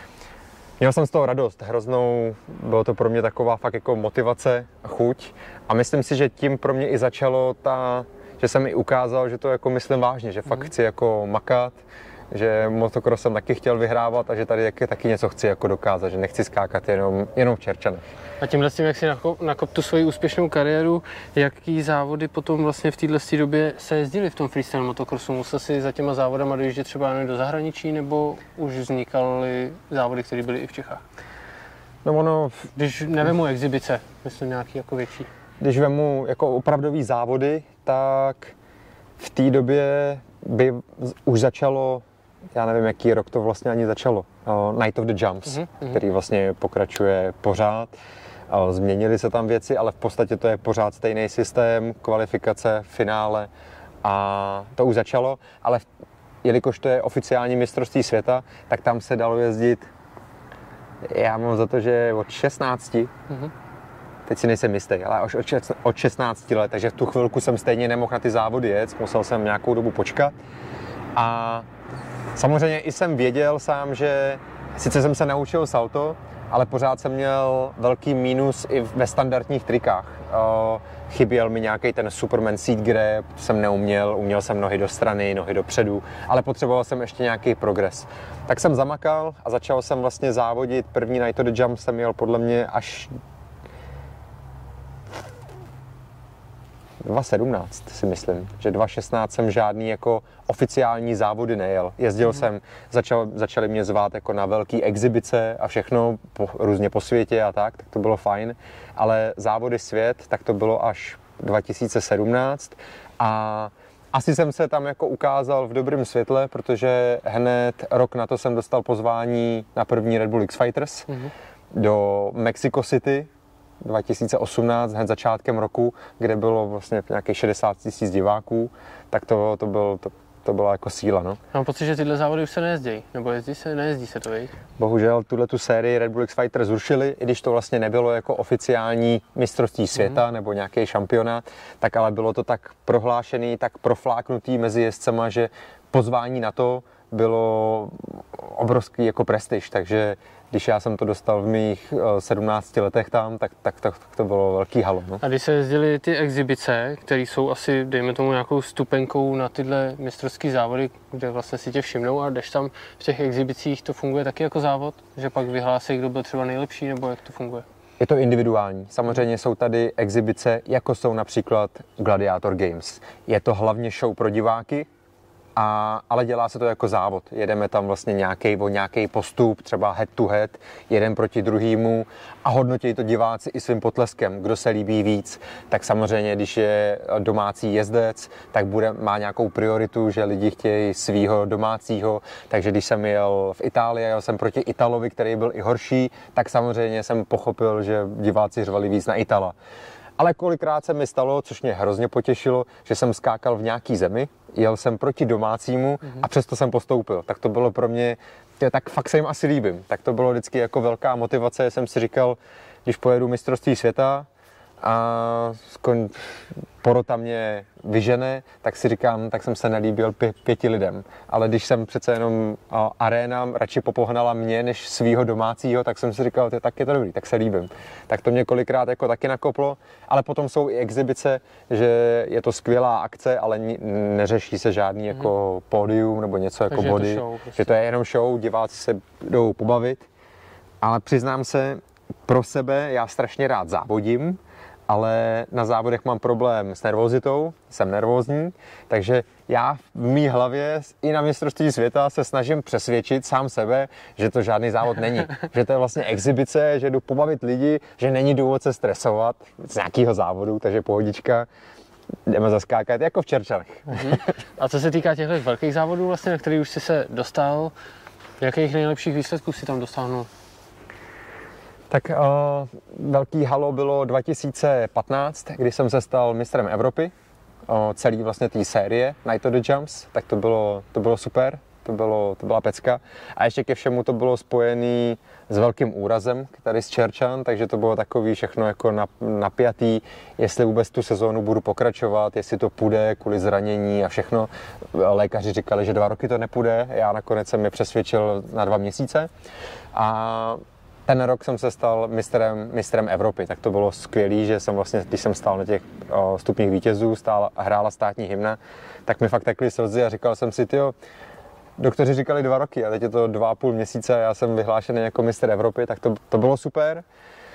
měl jsem z toho radost, hroznou, bylo to pro mě taková fakt jako motivace a chuť a myslím si, že tím pro mě i začalo že jsem i ukázal, že to jako myslím vážně, že fakt chci jako makat, že motocross jsem taky chtěl vyhrávat a že tady taky něco chci jako dokázat, že nechci skákat jenom v Čerčanech. A tímhle s tím, jak si nakop tu svoji úspěšnou kariéru, jaký závody potom vlastně v této době se jezdili v tom freestyle motocrossu? Musel si za těma závodama dojíždět třeba do zahraničí, nebo už vznikaly závody, které byly i v Čechách? No když nevemu exibice, myslím nějaký jako větší. Když vemu jako opravdový závody, tak v té době by už začalo, já nevím, jaký rok to vlastně ani začalo, Night of the Jumps, který vlastně pokračuje pořád. Změnily se tam věci, ale v podstatě to je pořád stejný systém, kvalifikace, finále a to už začalo, ale jelikož to je oficiální mistrovství světa, tak tam se dalo jezdit, já mám za to, že od 16, teď si nejsem jistý, ale až od 16 let, takže v tu chvilku jsem stejně nemohl na ty závody jet, musel jsem nějakou dobu počkat a samozřejmě i jsem věděl sám, že sice jsem se naučil salto, ale pořád jsem měl velký mínus i ve standardních trikách. Chyběl mi nějaký ten Superman seat grab, jsem neuměl, uměl jsem nohy do strany, nohy dopředu, ale potřeboval jsem ještě nějaký progres. Tak jsem zamakal a začal jsem vlastně závodit. První Night of the Jump jsem měl podle mě až 2017 si myslím, že 2016 jsem žádný jako oficiální závody nejel. Jezdil jsem, začali mě zvát jako na velký exibice a všechno, různě po světě a tak to bylo fajn, ale závody svět, tak to bylo až 2017 a asi jsem se tam jako ukázal v dobrém světle, protože hned rok na to jsem dostal pozvání na první Red Bull X-Fighters do Mexico City 2018, hned začátkem roku, kde bylo vlastně nějakých 60 000 diváků, tak to byla jako síla, no. Mám pocit, že tyhle závody už se nejezdí, nebo nejezdí se to, viď? Bohužel tu sérii Red Bull X-Fighter zrušili, i když to vlastně nebylo jako oficiální mistrovství světa nebo nějaký šampionát, tak ale bylo to tak prohlášený, tak profláknutý mezi jezdcema, že pozvání na to bylo obrovský jako prestiž, takže když já jsem to dostal v mých 17 letech tam, tak to bylo velký halo. No. A když se jezdily ty exibice, které jsou asi, dejme tomu, nějakou stupenkou na tyhle mistrovské závody, kde vlastně si tě všimnou a jdeš tam v těch exibicích, to funguje taky jako závod? Že pak vyhlásí, kdo byl třeba nejlepší, nebo jak to funguje? Je to individuální. Samozřejmě jsou tady exibice, jako jsou například Gladiator Games. Je to hlavně show pro diváky, ale dělá se to jako závod. Jedeme tam vlastně nějaký postup, třeba head to head, jeden proti druhému a hodnotí to diváci i svým potleskem, kdo se líbí víc. Tak samozřejmě, když je domácí jezdec, tak má nějakou prioritu, že lidi chtějí svýho domácího. Takže když jsem jel v Itálii, jel jsem proti Italovi, který byl i horší, tak samozřejmě jsem pochopil, že diváci řvali víc na Itala. Ale kolikrát se mi stalo, což mě hrozně potěšilo, že jsem skákal v nějaký zemi, jel jsem proti domácímu a přesto jsem postoupil. Tak to bylo pro mě, tak fakt se jim asi líbím. Tak to bylo vždycky jako velká motivace, jsem si říkal, když pojedu mistrovství světa a porota mě vyžene, tak si říkám, tak jsem se nelíbil 5 lidem. Ale když jsem přece jenom aréna radši popohnala mě než svýho domácího, tak jsem si říkal, tak je to dobrý, tak se líbím. Tak to mě kolikrát jako taky nakoplo, ale potom jsou i exibice, že je to skvělá akce, ale neřeší se žádný jako pódium nebo něco jako body. Že to je jenom show, diváci se jdou pobavit. Ale přiznám se, pro sebe já strašně rád závodím, ale na závodech mám problém s nervozitou, jsem nervózní, takže já v mý hlavě i na mistrovství světa se snažím přesvědčit sám sebe, že to žádný závod není, že to je vlastně exibice, že jdu pobavit lidi, že není důvod se stresovat z nějakého závodu, takže pohodička, jdeme zaskákat jako v Čerčanech. A co se týká těchto velkých závodů, vlastně, na který už jsi se dostal, jakých nejlepších výsledků si tam dosáhnul? Tak velký halo bylo 2015, kdy jsem se stal mistrem Evropy, celý vlastně té série Night of the Jumps, tak to bylo super, to byla pecka. A ještě ke všemu to bylo spojené s velkým úrazem tady z Čerčan, takže to bylo takový všechno jako napjatý, jestli vůbec tu sezónu budu pokračovat, jestli to půjde kvůli zranění a všechno. Lékaři říkali, že 2 roky to nepůjde, já nakonec jsem je přesvědčil na 2 měsíce. A ten rok jsem se stal mistrem Evropy, tak to bylo skvělý, že jsem vlastně, když jsem stál na těch stupních vítězů, hrála státní hymna, tak mi fakt tekly slzy a říkal jsem si, doktoři říkali 2 roky a teď je to 2,5 měsíce a já jsem vyhlášený jako mistr Evropy, tak to bylo super.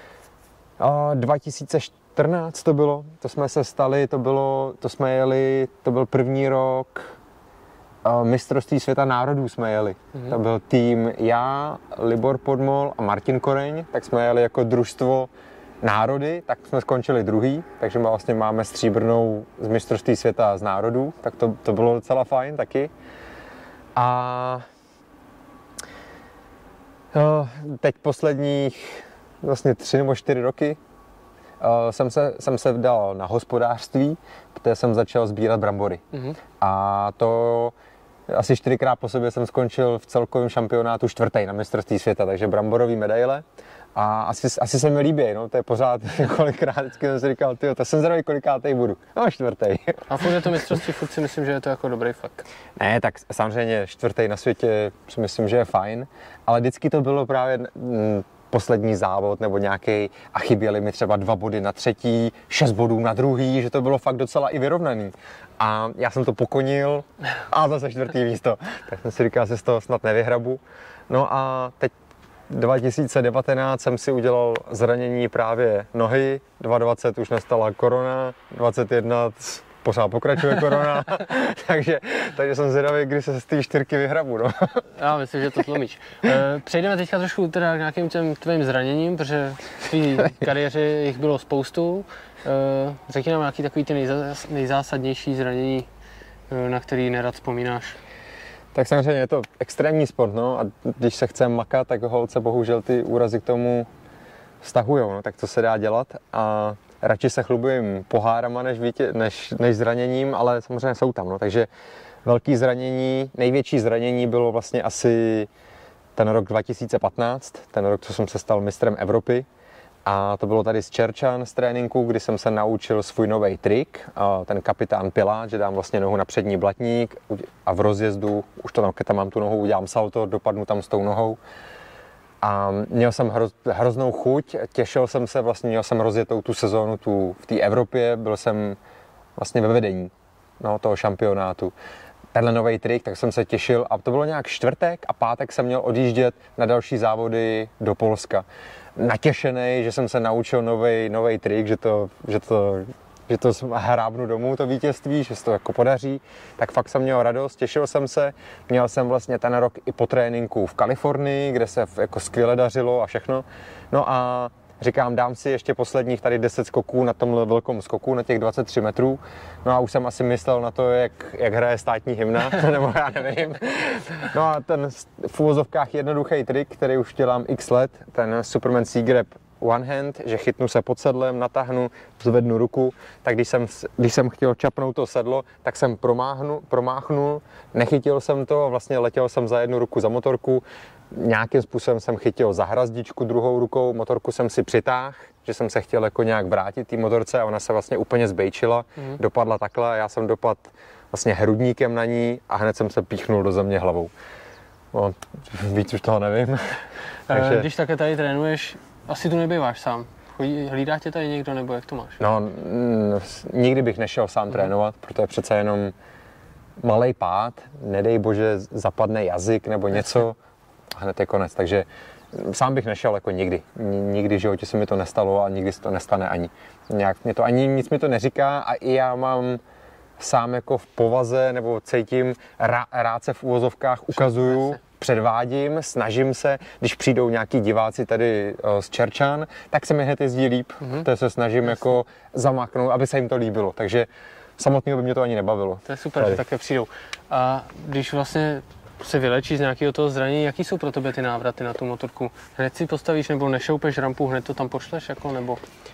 2014 to bylo, to jsme se stali, to jsme jeli, to byl první rok mistrovství světa národů jsme jeli. To byl tým já, Libor Podmol a Martin Koreň, tak jsme jeli jako družstvo národy, tak jsme skončili druhý, takže vlastně máme stříbrnou z mistrovství světa z národů, tak to bylo docela fajn taky. A teď posledních vlastně 3 nebo 4 roky jsem se dal na hospodářství, protože jsem začal sbírat brambory. A to asi 4krát po sobě jsem skončil v celkovém šampionátu 4. na mistrovství světa, takže bramborový medaile. A asi se mi líbí, no, to je pořád kolikrát, vždycky jsem si říkal, to jsem zrovna kolikátej budu, no 4. A furt je to mistrovství, furt si myslím, že je to jako dobrý fakt. Ne, tak samozřejmě 4. na světě si myslím, že je fajn, ale vždycky to bylo právě poslední závod nebo nějaký a chyběly mi třeba 2 body na 3., 6 bodů na 2., že to bylo fakt docela i vyrovnaný. A já jsem to pokonil a zase 4. místo. Tak jsem si říkal, že z toho snad nevyhrabu. No a teď 2019 jsem si udělal zranění právě nohy, 2020 už nastala korona, 2021 pořád pokračuje korona, takže jsem zvědavý, kdy se z té 4 vyhrabu. No. Já myslím, že to tlumíš. Přejdeme teďka trošku teda k nějakým těm tvým zraněním, protože v tvý kariéře jich bylo spoustu. Řekni nám nějaký takový ty nejzásadnější zranění, na který nerad vzpomínáš. Tak samozřejmě je to extrémní sport, no, a když se chce makat, tak holce bohužel ty úrazy k tomu vztahujou, no, tak to se dá dělat a radši se chlubím pohárama než zraněním, ale samozřejmě jsou tam, no, takže velký zranění, největší zranění bylo vlastně asi ten rok 2015, ten rok, co jsem se stal mistrem Evropy. A to bylo tady z Čerčan z tréninku, kdy jsem se naučil svůj nový trik, ten kapitán Pilát, že dám vlastně nohu na přední blatník a v rozjezdu, už to tam mám tu nohu, udělám salto, dopadnu tam s tou nohou. A měl jsem hroznou chuť, těšil jsem se, vlastně měl jsem rozjetou tu sezónu v té Evropě, byl jsem vlastně ve vedení toho šampionátu. Tenhle nový trik, tak jsem se těšil a to bylo nějak čtvrtek a pátek jsem měl odjíždět na další závody do Polska. Natěšený, že jsem se naučil nový trik, že to hrábnu domů, to vítězství, že se to jako podaří, tak fakt jsem měl radost, těšil jsem se. Měl jsem vlastně ten rok i po tréninku v Kalifornii, kde se jako skvěle dařilo a všechno. No a říkám, dám si ještě posledních tady 10 skoků na tomhle velkom skoku, na těch 23 metrů. No a už jsem asi myslel na to, jak hraje státní hymna, nebo já nevím. No a ten v uvozovkách jednoduchý trik, který už dělám x let, ten Superman Sea Grab one hand, že chytnu se pod sedlem, natáhnu, zvednu ruku, tak když jsem chtěl čapnout to sedlo, tak jsem promáchnul, nechytil jsem to a vlastně letěl jsem za jednu ruku za motorku. Nějakým způsobem jsem chytil za hrazdičku druhou rukou, motorku jsem si přitáhl, že jsem se chtěl jako nějak vrátit té motorce a ona se vlastně úplně zbejčila, dopadla takhle a já jsem dopadl vlastně hrudníkem na ní a hned jsem se píchnul do země hlavou. No, víc už toho nevím. Takže... Když také tady trénuješ, asi tu nebýváš sám. Hlídá tě tady někdo, nebo jak to máš? No, nikdy bych nešel sám trénovat, protože přece jenom malej pád, nedej bože, zapadne jazyk nebo něco a hned je konec. Takže sám bych nešel jako nikdy. Nikdy v životě se mi to nestalo a nikdy se to nestane ani. Nějak mě to ani nic mi to neříká a i já mám sám jako v povaze nebo cítím, rád se v úvozovkách ukazuju, předvádím, snažím se, když přijdou nějaký diváci tady z Čerčan, tak se mi hned jezdí líp, to se snažím jako zamáknout, aby se jim to líbilo, takže samotného by mě to ani nebavilo. To je super, že také přijdou. A když vlastně se vylečíš z nějakého toho zranění, jaký jsou pro tebe ty návraty na tu motorku? Hned si postavíš nebo nešoupeš rampu, hned to tam pošleš jako, nebo?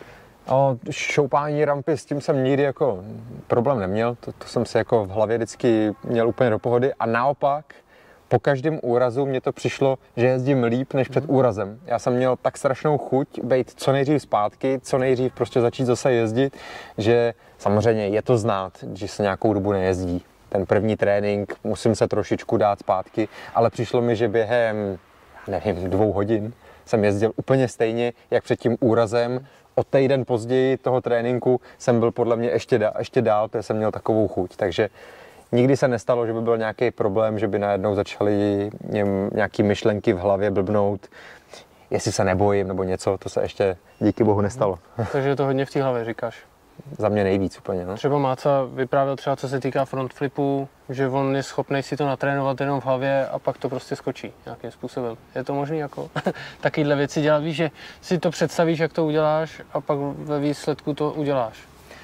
Šoupání rampy, s tím jsem nikdy jako problém neměl, to jsem si jako v hlavě vždycky měl úplně do pohody a naopak po každém úrazu mně to přišlo, že jezdím líp než před úrazem. Já jsem měl tak strašnou chuť být co nejdřív zpátky, co nejdřív prostě začít zase jezdit, že samozřejmě je to znát, že se nějakou dobu nejezdí. Ten první trénink musím se trošičku dát zpátky, ale přišlo mi, že během, nevím, 2 hodin jsem jezdil úplně stejně, jak před tím úrazem. O týden později toho tréninku jsem byl podle mě ještě dál, protože jsem měl takovou chuť. Takže nikdy se nestalo, že by byl nějaký problém, že by najednou začaly nějaké myšlenky v hlavě blbnout, jestli se nebojím nebo něco, to se ještě díky bohu nestalo. Takže je to hodně v té hlavě, říkáš? Za mě nejvíc úplně, no. Třeba Máca vyprávěl třeba, co se týká front flipu, že on je schopný si to natrénovat jenom v hlavě a pak to prostě skočí nějakým způsobem. Je to možný jako takovýhle věci dělat, víš, že si to představíš, jak to uděláš a pak ve výsledku to uděláš.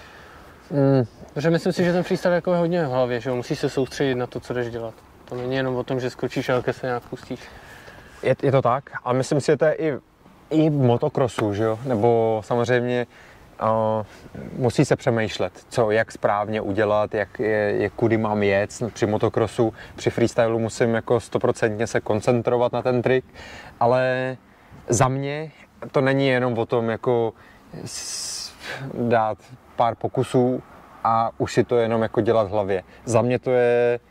Protože myslím si, že ten freestyle jako je hodně v hlavě, že musíš se soustředit na to, co jdeš dělat. To není jenom o tom, že skočíš, ale se nějak pustíš. Je to tak a myslím si, že to je i v motokrosu, že jo, nebo samozřejmě musí se přemýšlet, jak správně udělat, kudy mám jet při motokrosu, při freestylu musím jako 100% se koncentrovat na ten trik, ale za mě to není jenom o tom jako dát pár pokusů a už si to jenom jako dělat v hlavě. Za mě to je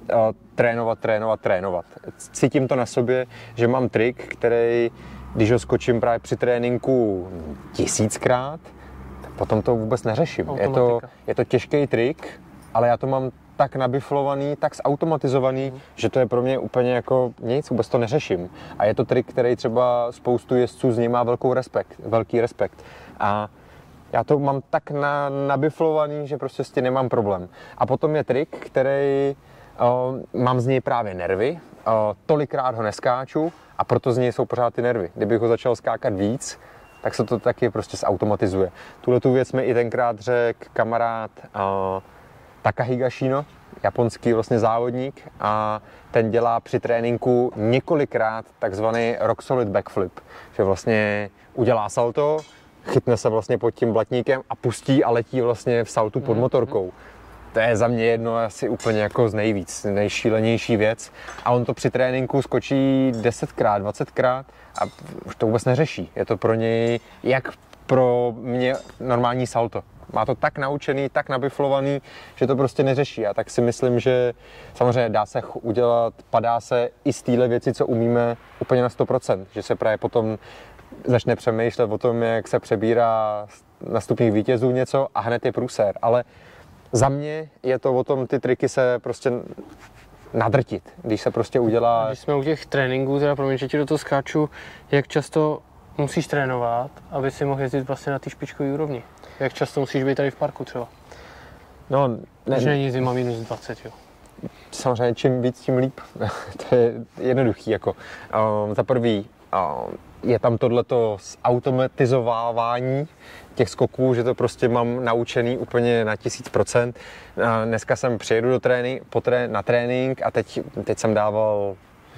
trénovat. Cítím to na sobě, že mám trik, který, když ho skočím právě při tréninku 1000krát, potom to vůbec neřeším. Je to těžký trik, ale já to mám tak nabiflovaný, tak zautomatizovaný, že to je pro mě úplně jako nic, vůbec to neřeším. A je to trik, který třeba spoustu jezdců z něj má velký respekt. A já to mám tak nabiflovaný, že prostě s tím nemám problém. A potom je trik, který mám z něj právě nervy, tolikrát ho neskáču a proto z něj jsou pořád ty nervy. Kdybych ho začal skákat víc, tak se to taky prostě zautomatizuje. Tuhletu věc mi i tenkrát řekl kamarád Taka Higashino, japonský vlastně závodník, a ten dělá při tréninku několikrát takzvaný rock solid backflip, že vlastně udělá salto, chytne se vlastně pod tím blatníkem a pustí a letí vlastně v saltu pod motorkou. To je za mě jedno asi úplně jako z nejšílenější věc. A on to při tréninku skočí 10krát, 20krát a už to vůbec neřeší. Je to pro něj, jak pro mě, normální salto. Má to tak naučený, tak nabiflovaný, že to prostě neřeší. A tak si myslím, že samozřejmě dá se udělat, padá se i z téhle věci, co umíme, úplně na 100%. Že se právě potom začne přemýšlet o tom, jak se přebírá na stupních vítězů něco a hned je průser. Ale za mě je to o tom ty triky se prostě nadrtit, když se prostě udělá... Když jsme u těch tréninků, teda promiň, že ti do toho skáču, jak často musíš trénovat, aby si mohl jezdit vlastně na té špičkové úrovni? Jak často musíš být tady v parku třeba? No, Když není zima minus 20, jo. Samozřejmě čím víc, tím líp. To je jednoduchý, jako. Za prvý, je tam tohleto zautomatizovávání těch skoků, že to prostě mám naučený úplně na 1000%. Dneska jsem přijedu na trénink a teď jsem dával,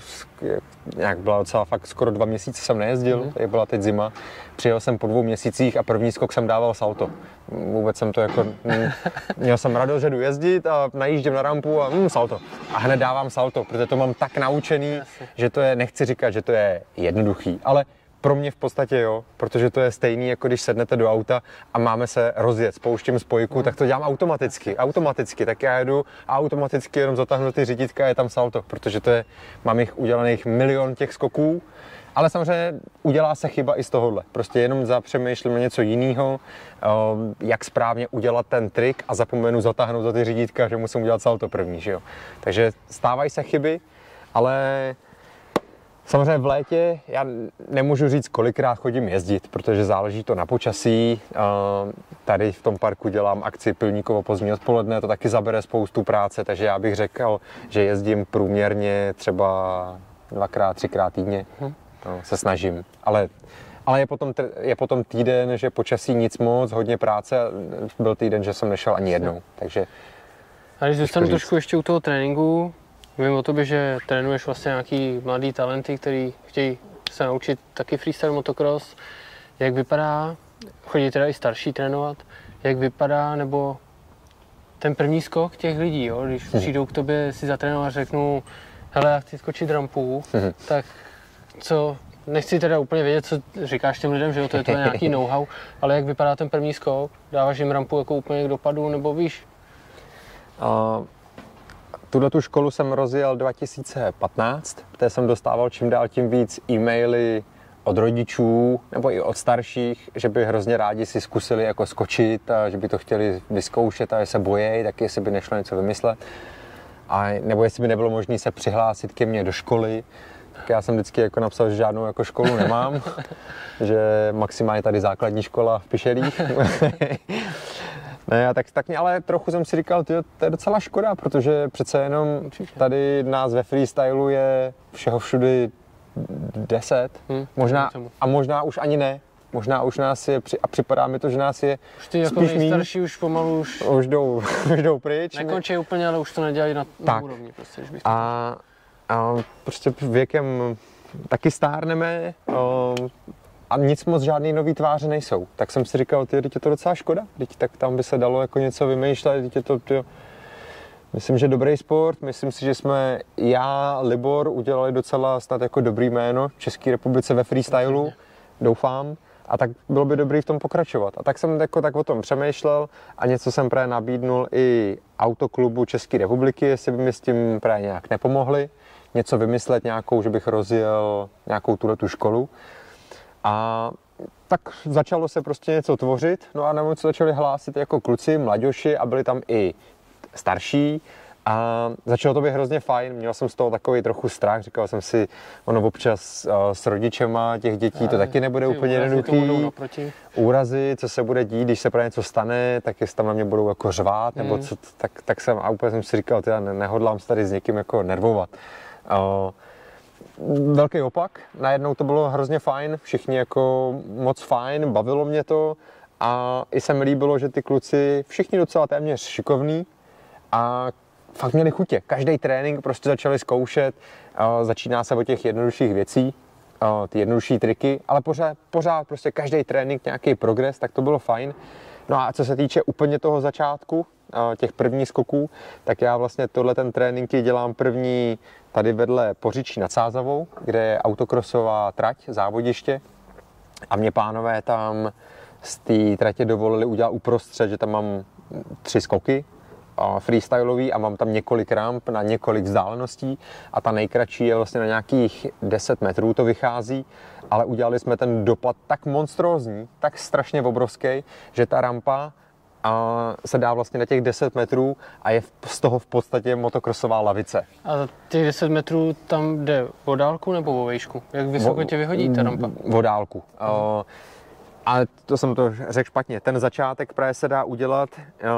nějak byla docela fakt skoro 2 měsíce jsem nejezdil, jak byla teď zima. Přijel jsem po 2 měsících a první skok jsem dával salto. Vůbec jsem to jako, měl jsem radost, že jdu jezdit a najíždím na rampu a salto. A hned dávám salto, protože to mám tak naučený, že to je, nechci říkat, že to je jednoduchý, ale pro mě v podstatě jo, protože to je stejný, jako když sednete do auta a máme se rozjet, spouštím spojku, tak to dělám automaticky, tak já jedu a automaticky jenom zatáhnu ty řídítka a je tam salto, protože to je, mám jich udělaných milion těch skoků, ale samozřejmě udělá se chyba i z tohohle, prostě jenom zapřemýšlím něco jiného, jak správně udělat ten trik a zapomenu zatáhnout za ty řídítka, že musím udělat salto první, že jo. Takže stávají se chyby, ale samozřejmě v létě já nemůžu říct, kolikrát chodím jezdit, protože záleží to na počasí. Tady v tom parku dělám akci Pilníkovo pozdní odpoledne, to taky zabere spoustu práce, takže já bych řekl, že jezdím průměrně třeba 2x, 3x týdně. No, se snažím, ale je potom týden, že počasí nic moc, hodně práce, byl týden, že jsem nešel ani jednou, takže... A když zůstanu trošku ještě u toho tréninku, vím o tobě, že trénuješ vlastně nějaký mladý talenty, který chtějí se naučit taky freestyle motocross. Jak vypadá, chodí teda i starší trénovat, jak vypadá, nebo ten první skok těch lidí, jo? Když přijdou k tobě si zatrénovat a řeknou, hele, já chci skočit rampu, tak co, nechci teda úplně vědět, co říkáš těm lidem, že jo, to je nějaký know-how, ale jak vypadá ten první skok? Dáváš jim rampu jako úplně k dopadu, nebo víš? Tu školu jsem rozjel 2015, protože jsem dostával čím dál tím víc e-maily od rodičů nebo i od starších, že by hrozně rádi si zkusili jako skočit a že by to chtěli vyzkoušet a že se bojejí, tak jestli by nešlo něco vymyslet. A nebo jestli by nebylo možné se přihlásit ke mně do školy, tak já jsem vždycky jako napsal, že žádnou jako školu nemám, že maximálně tady základní škola v Pišerích. Ne, tak ale trochu jsem si říkal, to je docela škoda, protože přece jenom tady nás ve freestylu je všeho všudy 10, možná už ani ne. Možná už nás je, a připadá mi to, že nás je už ty jako nejstarší už pomalu už jdou pryč. Nekončí úplně, ale už to nedělají na úrovni. Prostě, a prostě věkem taky stárneme a nic moc žádný nový tváře nejsou. Tak jsem si říkal, teď je to docela škoda, tak tam by se dalo jako něco vymýšlet, myslím, že dobrý sport, myslím si, že jsme Libor udělali docela snad jako dobrý jméno v České republice ve freestylu, doufám. A tak bylo by dobrý v tom pokračovat. A tak jsem tak o tom přemýšlel a něco jsem právě nabídnul i autoklubu České republiky, jestli by mi s tím právě nějak nepomohli. Něco vymyslet nějakou, že bych rozjel nějakou tuhletu školu. A tak začalo se prostě něco tvořit, no a najednou se začali hlásit jako kluci, mladěši a byli tam i starší A začalo to být hrozně fajn, měl jsem z toho takový trochu strach, říkal jsem si, ono občas s rodičema těch dětí to taky nebude úplně jednoduchý. Úrazy, co se bude dít, když se právě něco stane, tak jestli tam na mě budou jako řvát, nebo co, tak jsem, a úplně jsem si říkal, já nehodlám se tady s někým jako nervovat. Velký opak, najednou to bylo hrozně fajn, všichni jako moc fajn, bavilo mě to a i se mi líbilo, že ty kluci, všichni docela téměř šikovní a fakt měli chutě. Každý trénink prostě začali zkoušet, začíná se od těch jednodušších věcí, ty jednodušší triky, ale pořád prostě každý trénink nějaký progres, tak to bylo fajn. No a co se týče úplně toho začátku, těch prvních skoků, tak já vlastně ten tréninky dělám první tady vedle Poříčí nad Sázavou, kde je autokrosová trať, závodiště a mě pánové tam z té tratě dovolili udělat uprostřed, že tam mám 3 skoky, freestylový a mám tam několik ramp na několik vzdáleností a ta nejkratší je vlastně na nějakých 10 metrů to vychází, ale udělali jsme ten dopad tak monstrózní, tak strašně obrovský, že ta rampa se dá vlastně na těch 10 metrů a je z toho v podstatě motokrosová lavice. A těch 10 metrů tam jde o dálku nebo o výšku? Jak vysoko tě vyhodí ta rampa? O dálku. Ale to jsem to řekl špatně. Ten začátek právě se dá udělat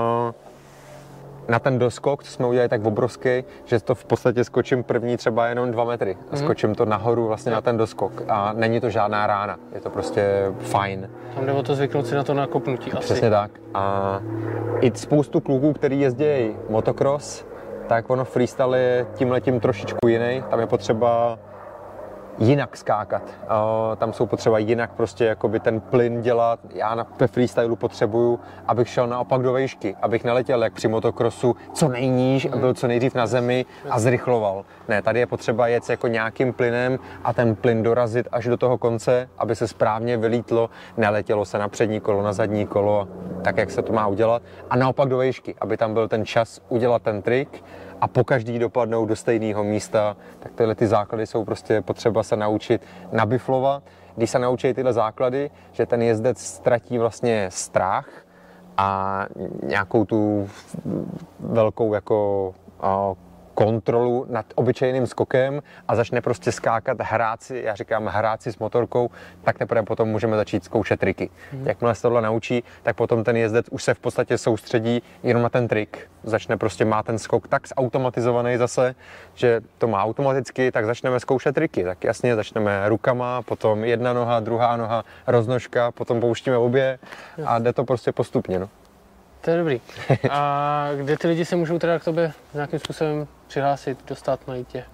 na ten doskok, to jsme udělali tak obrovský, že to v podstatě skočím první třeba jenom 2 metry a skočím to nahoru vlastně na ten doskok a není to žádná rána, je to prostě fajn. Tam jde o to zvyknout si na to nakopnutí asi. Přesně tak. A i spoustu kluků, který jezdí motocross, tak ono freestyle je tímhletím trošičku jiný, tam je potřeba jinak skákat. Tam jsou potřeba jinak prostě jakoby ten plyn dělat. Já ve freestylu potřebuju, abych šel naopak do výšky, abych neletěl jak při motokrosu co nejníž a byl co nejdřív na zemi a zrychloval. Ne, tady je potřeba jet jako nějakým plynem a ten plyn dorazit až do toho konce, aby se správně vylítlo, neletělo se na přední kolo, na zadní kolo, tak jak se to má udělat a naopak do výšky, aby tam byl ten čas udělat ten trik a pokaždý dopadnou do stejného místa, tak tyhle ty základy jsou prostě potřeba se naučit nabiflovat. Když se naučí tyhle základy, že ten jezdec ztratí vlastně strach a nějakou tu velkou jako kontrolu nad obyčejným skokem a začne prostě skákat, já říkám hrát si s motorkou, tak teprve potom můžeme začít zkoušet triky. Jakmile se tohle naučí, tak potom ten jezdec už se v podstatě soustředí jenom na ten trik. Začne prostě má ten skok tak zautomatizovaný zase, že to má automaticky, tak začneme zkoušet triky. Tak jasně, začneme rukama, potom jedna noha, druhá noha, roznožka, potom pouštíme obě a jde to prostě postupně. No. To je dobrý. A kde ty lidi se můžou teda k tobě nějakým způsobem přihlásit, dostat, najít tě?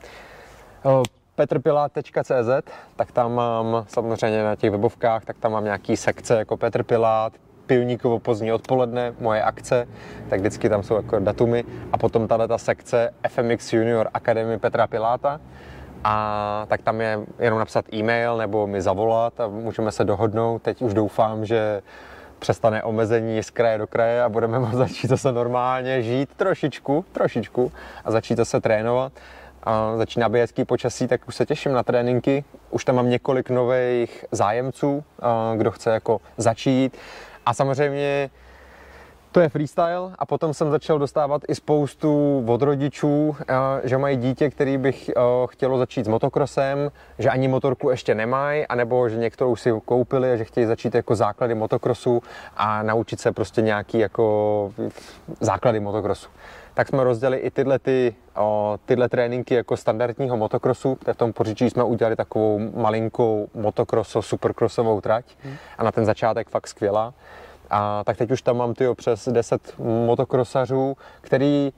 petrpilát.cz, tak tam mám samozřejmě na těch webovkách, tak tam mám nějaký sekce jako Petr Pilát, Pilníkovo pozdní odpoledne, moje akce, tak vždycky tam jsou jako datumy a potom tato sekce FMX Junior Academy Petra Piláta. A tak tam je jenom napsat e-mail nebo mi zavolat a můžeme se dohodnout. Teď už doufám, že přestane omezení z kraje do kraje a budeme moct začít zase normálně žít trošičku a začít zase trénovat. A začíná být hezký počasí, tak už se těším na tréninky. Už tam mám několik nových zájemců, kdo chce jako začít. A samozřejmě to je freestyle a potom jsem začal dostávat i spoustu od rodičů, že mají dítě, který bych chtělo začít s motokrosem, že ani motorku ještě nemají, anebo že některou si koupili a že chtějí začít jako základy motokrosu a naučit se prostě nějaký jako základy motokrosu. Tak jsme rozdělili i tyhle tréninky jako standardního motokrosu. V tom Poříčí jsme udělali takovou malinkou supercrossovou trať a na ten začátek fakt skvělá. A tak teď už tam mám přes 10 motokrosařů, který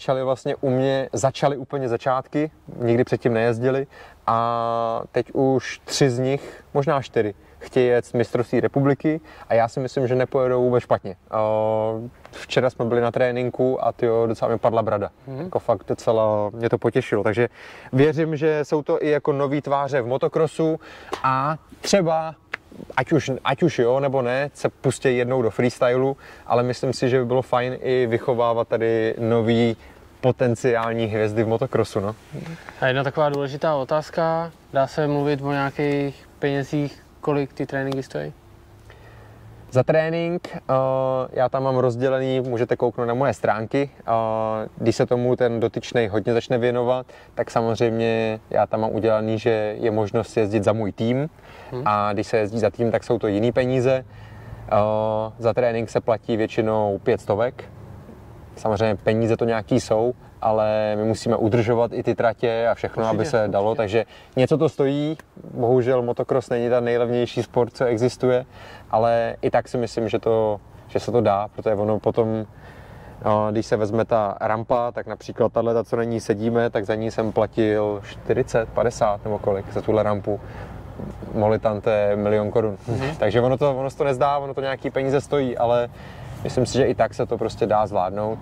začali úplně začátky, nikdy předtím nejezdili a teď už 3 z nich, možná 4, chtějí jet z mistrovství republiky a já si myslím, že nepojedou vůbec špatně. Včera jsme byli na tréninku a docela mi padla brada. Jako fakt docela mě to potěšilo, takže věřím, že jsou to i jako nový tváře v motokrosu a třeba ať už jo nebo ne, se pustí jednou do freestylu, ale myslím si, že by bylo fajn i vychovávat tady nový potenciální hvězdy v motokrosu. No. A jedna taková důležitá otázka, dá se mluvit o nějakých penězích, kolik ty tréninky stojí? Za trénink já tam mám rozdělený, můžete kouknout na moje stránky, když se tomu ten dotyčnej hodně začne věnovat, tak samozřejmě já tam mám udělaný, že je možnost jezdit za můj tým a když se jezdí za tým, tak jsou to jiný peníze. Za trénink se platí většinou 500. Samozřejmě peníze to nějaký jsou, ale my musíme udržovat i ty tratě a všechno, aby se dalo, takže něco to stojí. Bohužel motocross není ten nejlevnější sport, co existuje, ale i tak si myslím, že se to dá, protože ono potom, když se vezme ta rampa, tak například tato, co na ní sedíme, tak za ní jsem platil 40, 50 nebo kolik za tuhle rampu. Molitante 1 000 000 korun. Takže ono se to nezdá, ono to nějaký peníze stojí, ale myslím si, že i tak se to prostě dá zvládnout.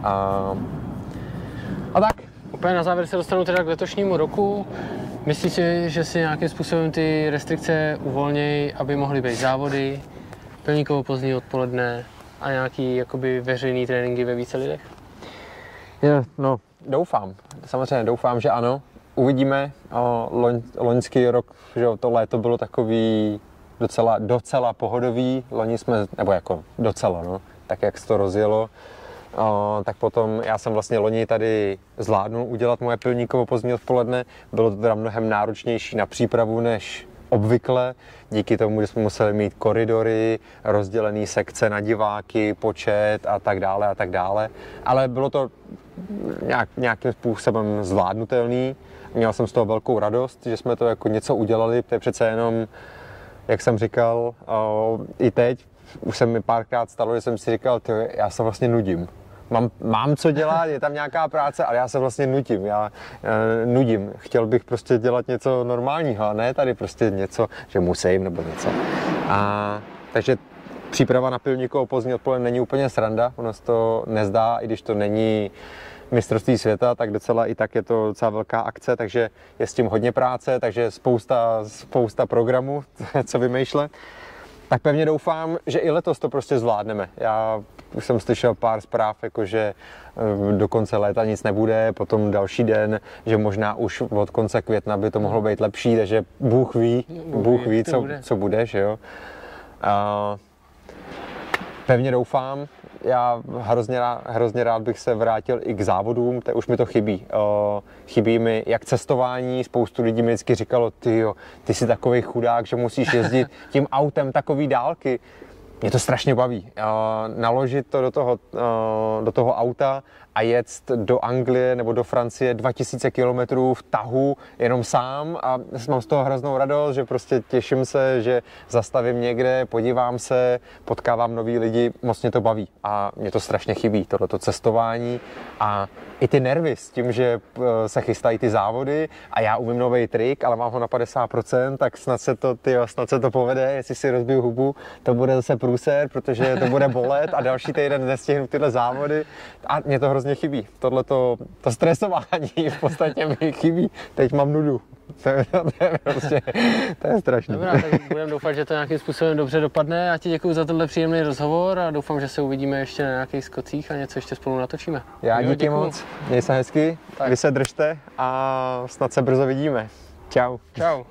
A tak. Úplně na závěr se dostanu teda k letošnímu roku. Myslíš si, že si nějakým způsobem ty restrikce uvolnějí, aby mohly být závody, Pilníkovo pozdní odpoledne a nějaký jakoby veřejný tréninky ve více lidech? No, doufám. Samozřejmě doufám, že ano. Uvidíme. Loňský rok, že to léto bylo takový docela pohodový. Loni jsme, nebo jako docela, no, tak jak se to rozjelo. Tak potom já jsem vlastně loni tady zvládnul udělat moje Pilníkovo pozdní odpoledne. Bylo to teda mnohem náročnější na přípravu než obvykle, díky tomu, že jsme museli mít koridory, rozdělené sekce na diváky, počet a tak dále. Ale bylo to nějakým způsobem zvládnutelný. Měl jsem z toho velkou radost, že jsme to jako něco udělali, to je přece jenom, jak jsem říkal, i teď, už se mi párkrát stalo, že jsem si říkal, já se vlastně nudím. Mám co dělat, je tam nějaká práce, ale já se vlastně nudím. Já nudím. Chtěl bych prostě dělat něco normálního, a ne tady prostě něco, že musím nebo něco. Takže příprava na Pilníkovo pozdní odpoledne není úplně sranda, ono se to nezdá, i když to není mistrovství světa, tak docela i tak je to docela velká akce, takže je s tím hodně práce, takže spousta programů, co vymýšlet. Tak pevně doufám, že i letos to prostě zvládneme. Já už jsem slyšel pár zpráv, jakože do konce léta nic nebude, potom další den, že možná už od konce května by to mohlo být lepší, takže Bůh ví, co bude, že jo. Pevně doufám. Já hrozně rád bych se vrátil i k závodům, už mi to chybí. Chybí mi jak cestování, spoustu lidí mi vždycky říkalo, ty jsi takovej chudák, že musíš jezdit tím autem takový dálky. Mě to strašně baví. Naložit to do toho auta a jet do Anglie nebo do Francie 2000 km v tahu jenom sám a mám z toho hroznou radost, že prostě těším se, že zastavím někde, podívám se, potkávám nový lidi, moc mě to baví a mě to strašně chybí, tohleto cestování a i ty nervy s tím, že se chystají ty závody a já umím nový trik, ale mám ho na 50%, tak snad se to povede, jestli si rozbiju hubu, to bude zase průser, protože to bude bolet a další týden nestihnu tyhle závody a mě to hrozně chybí. To stresování v podstatě mi chybí. Teď mám nudu. To je strašný. Dobrá, tak budeme doufat, že to nějakým způsobem dobře dopadne. Já ti děkuji za tenhle příjemný rozhovor a doufám, že se uvidíme ještě na nějakých skocích a něco ještě spolu natočíme. Já díky moc. Měj se hezky, vy se držte a snad se brzo vidíme. Čau. Čau.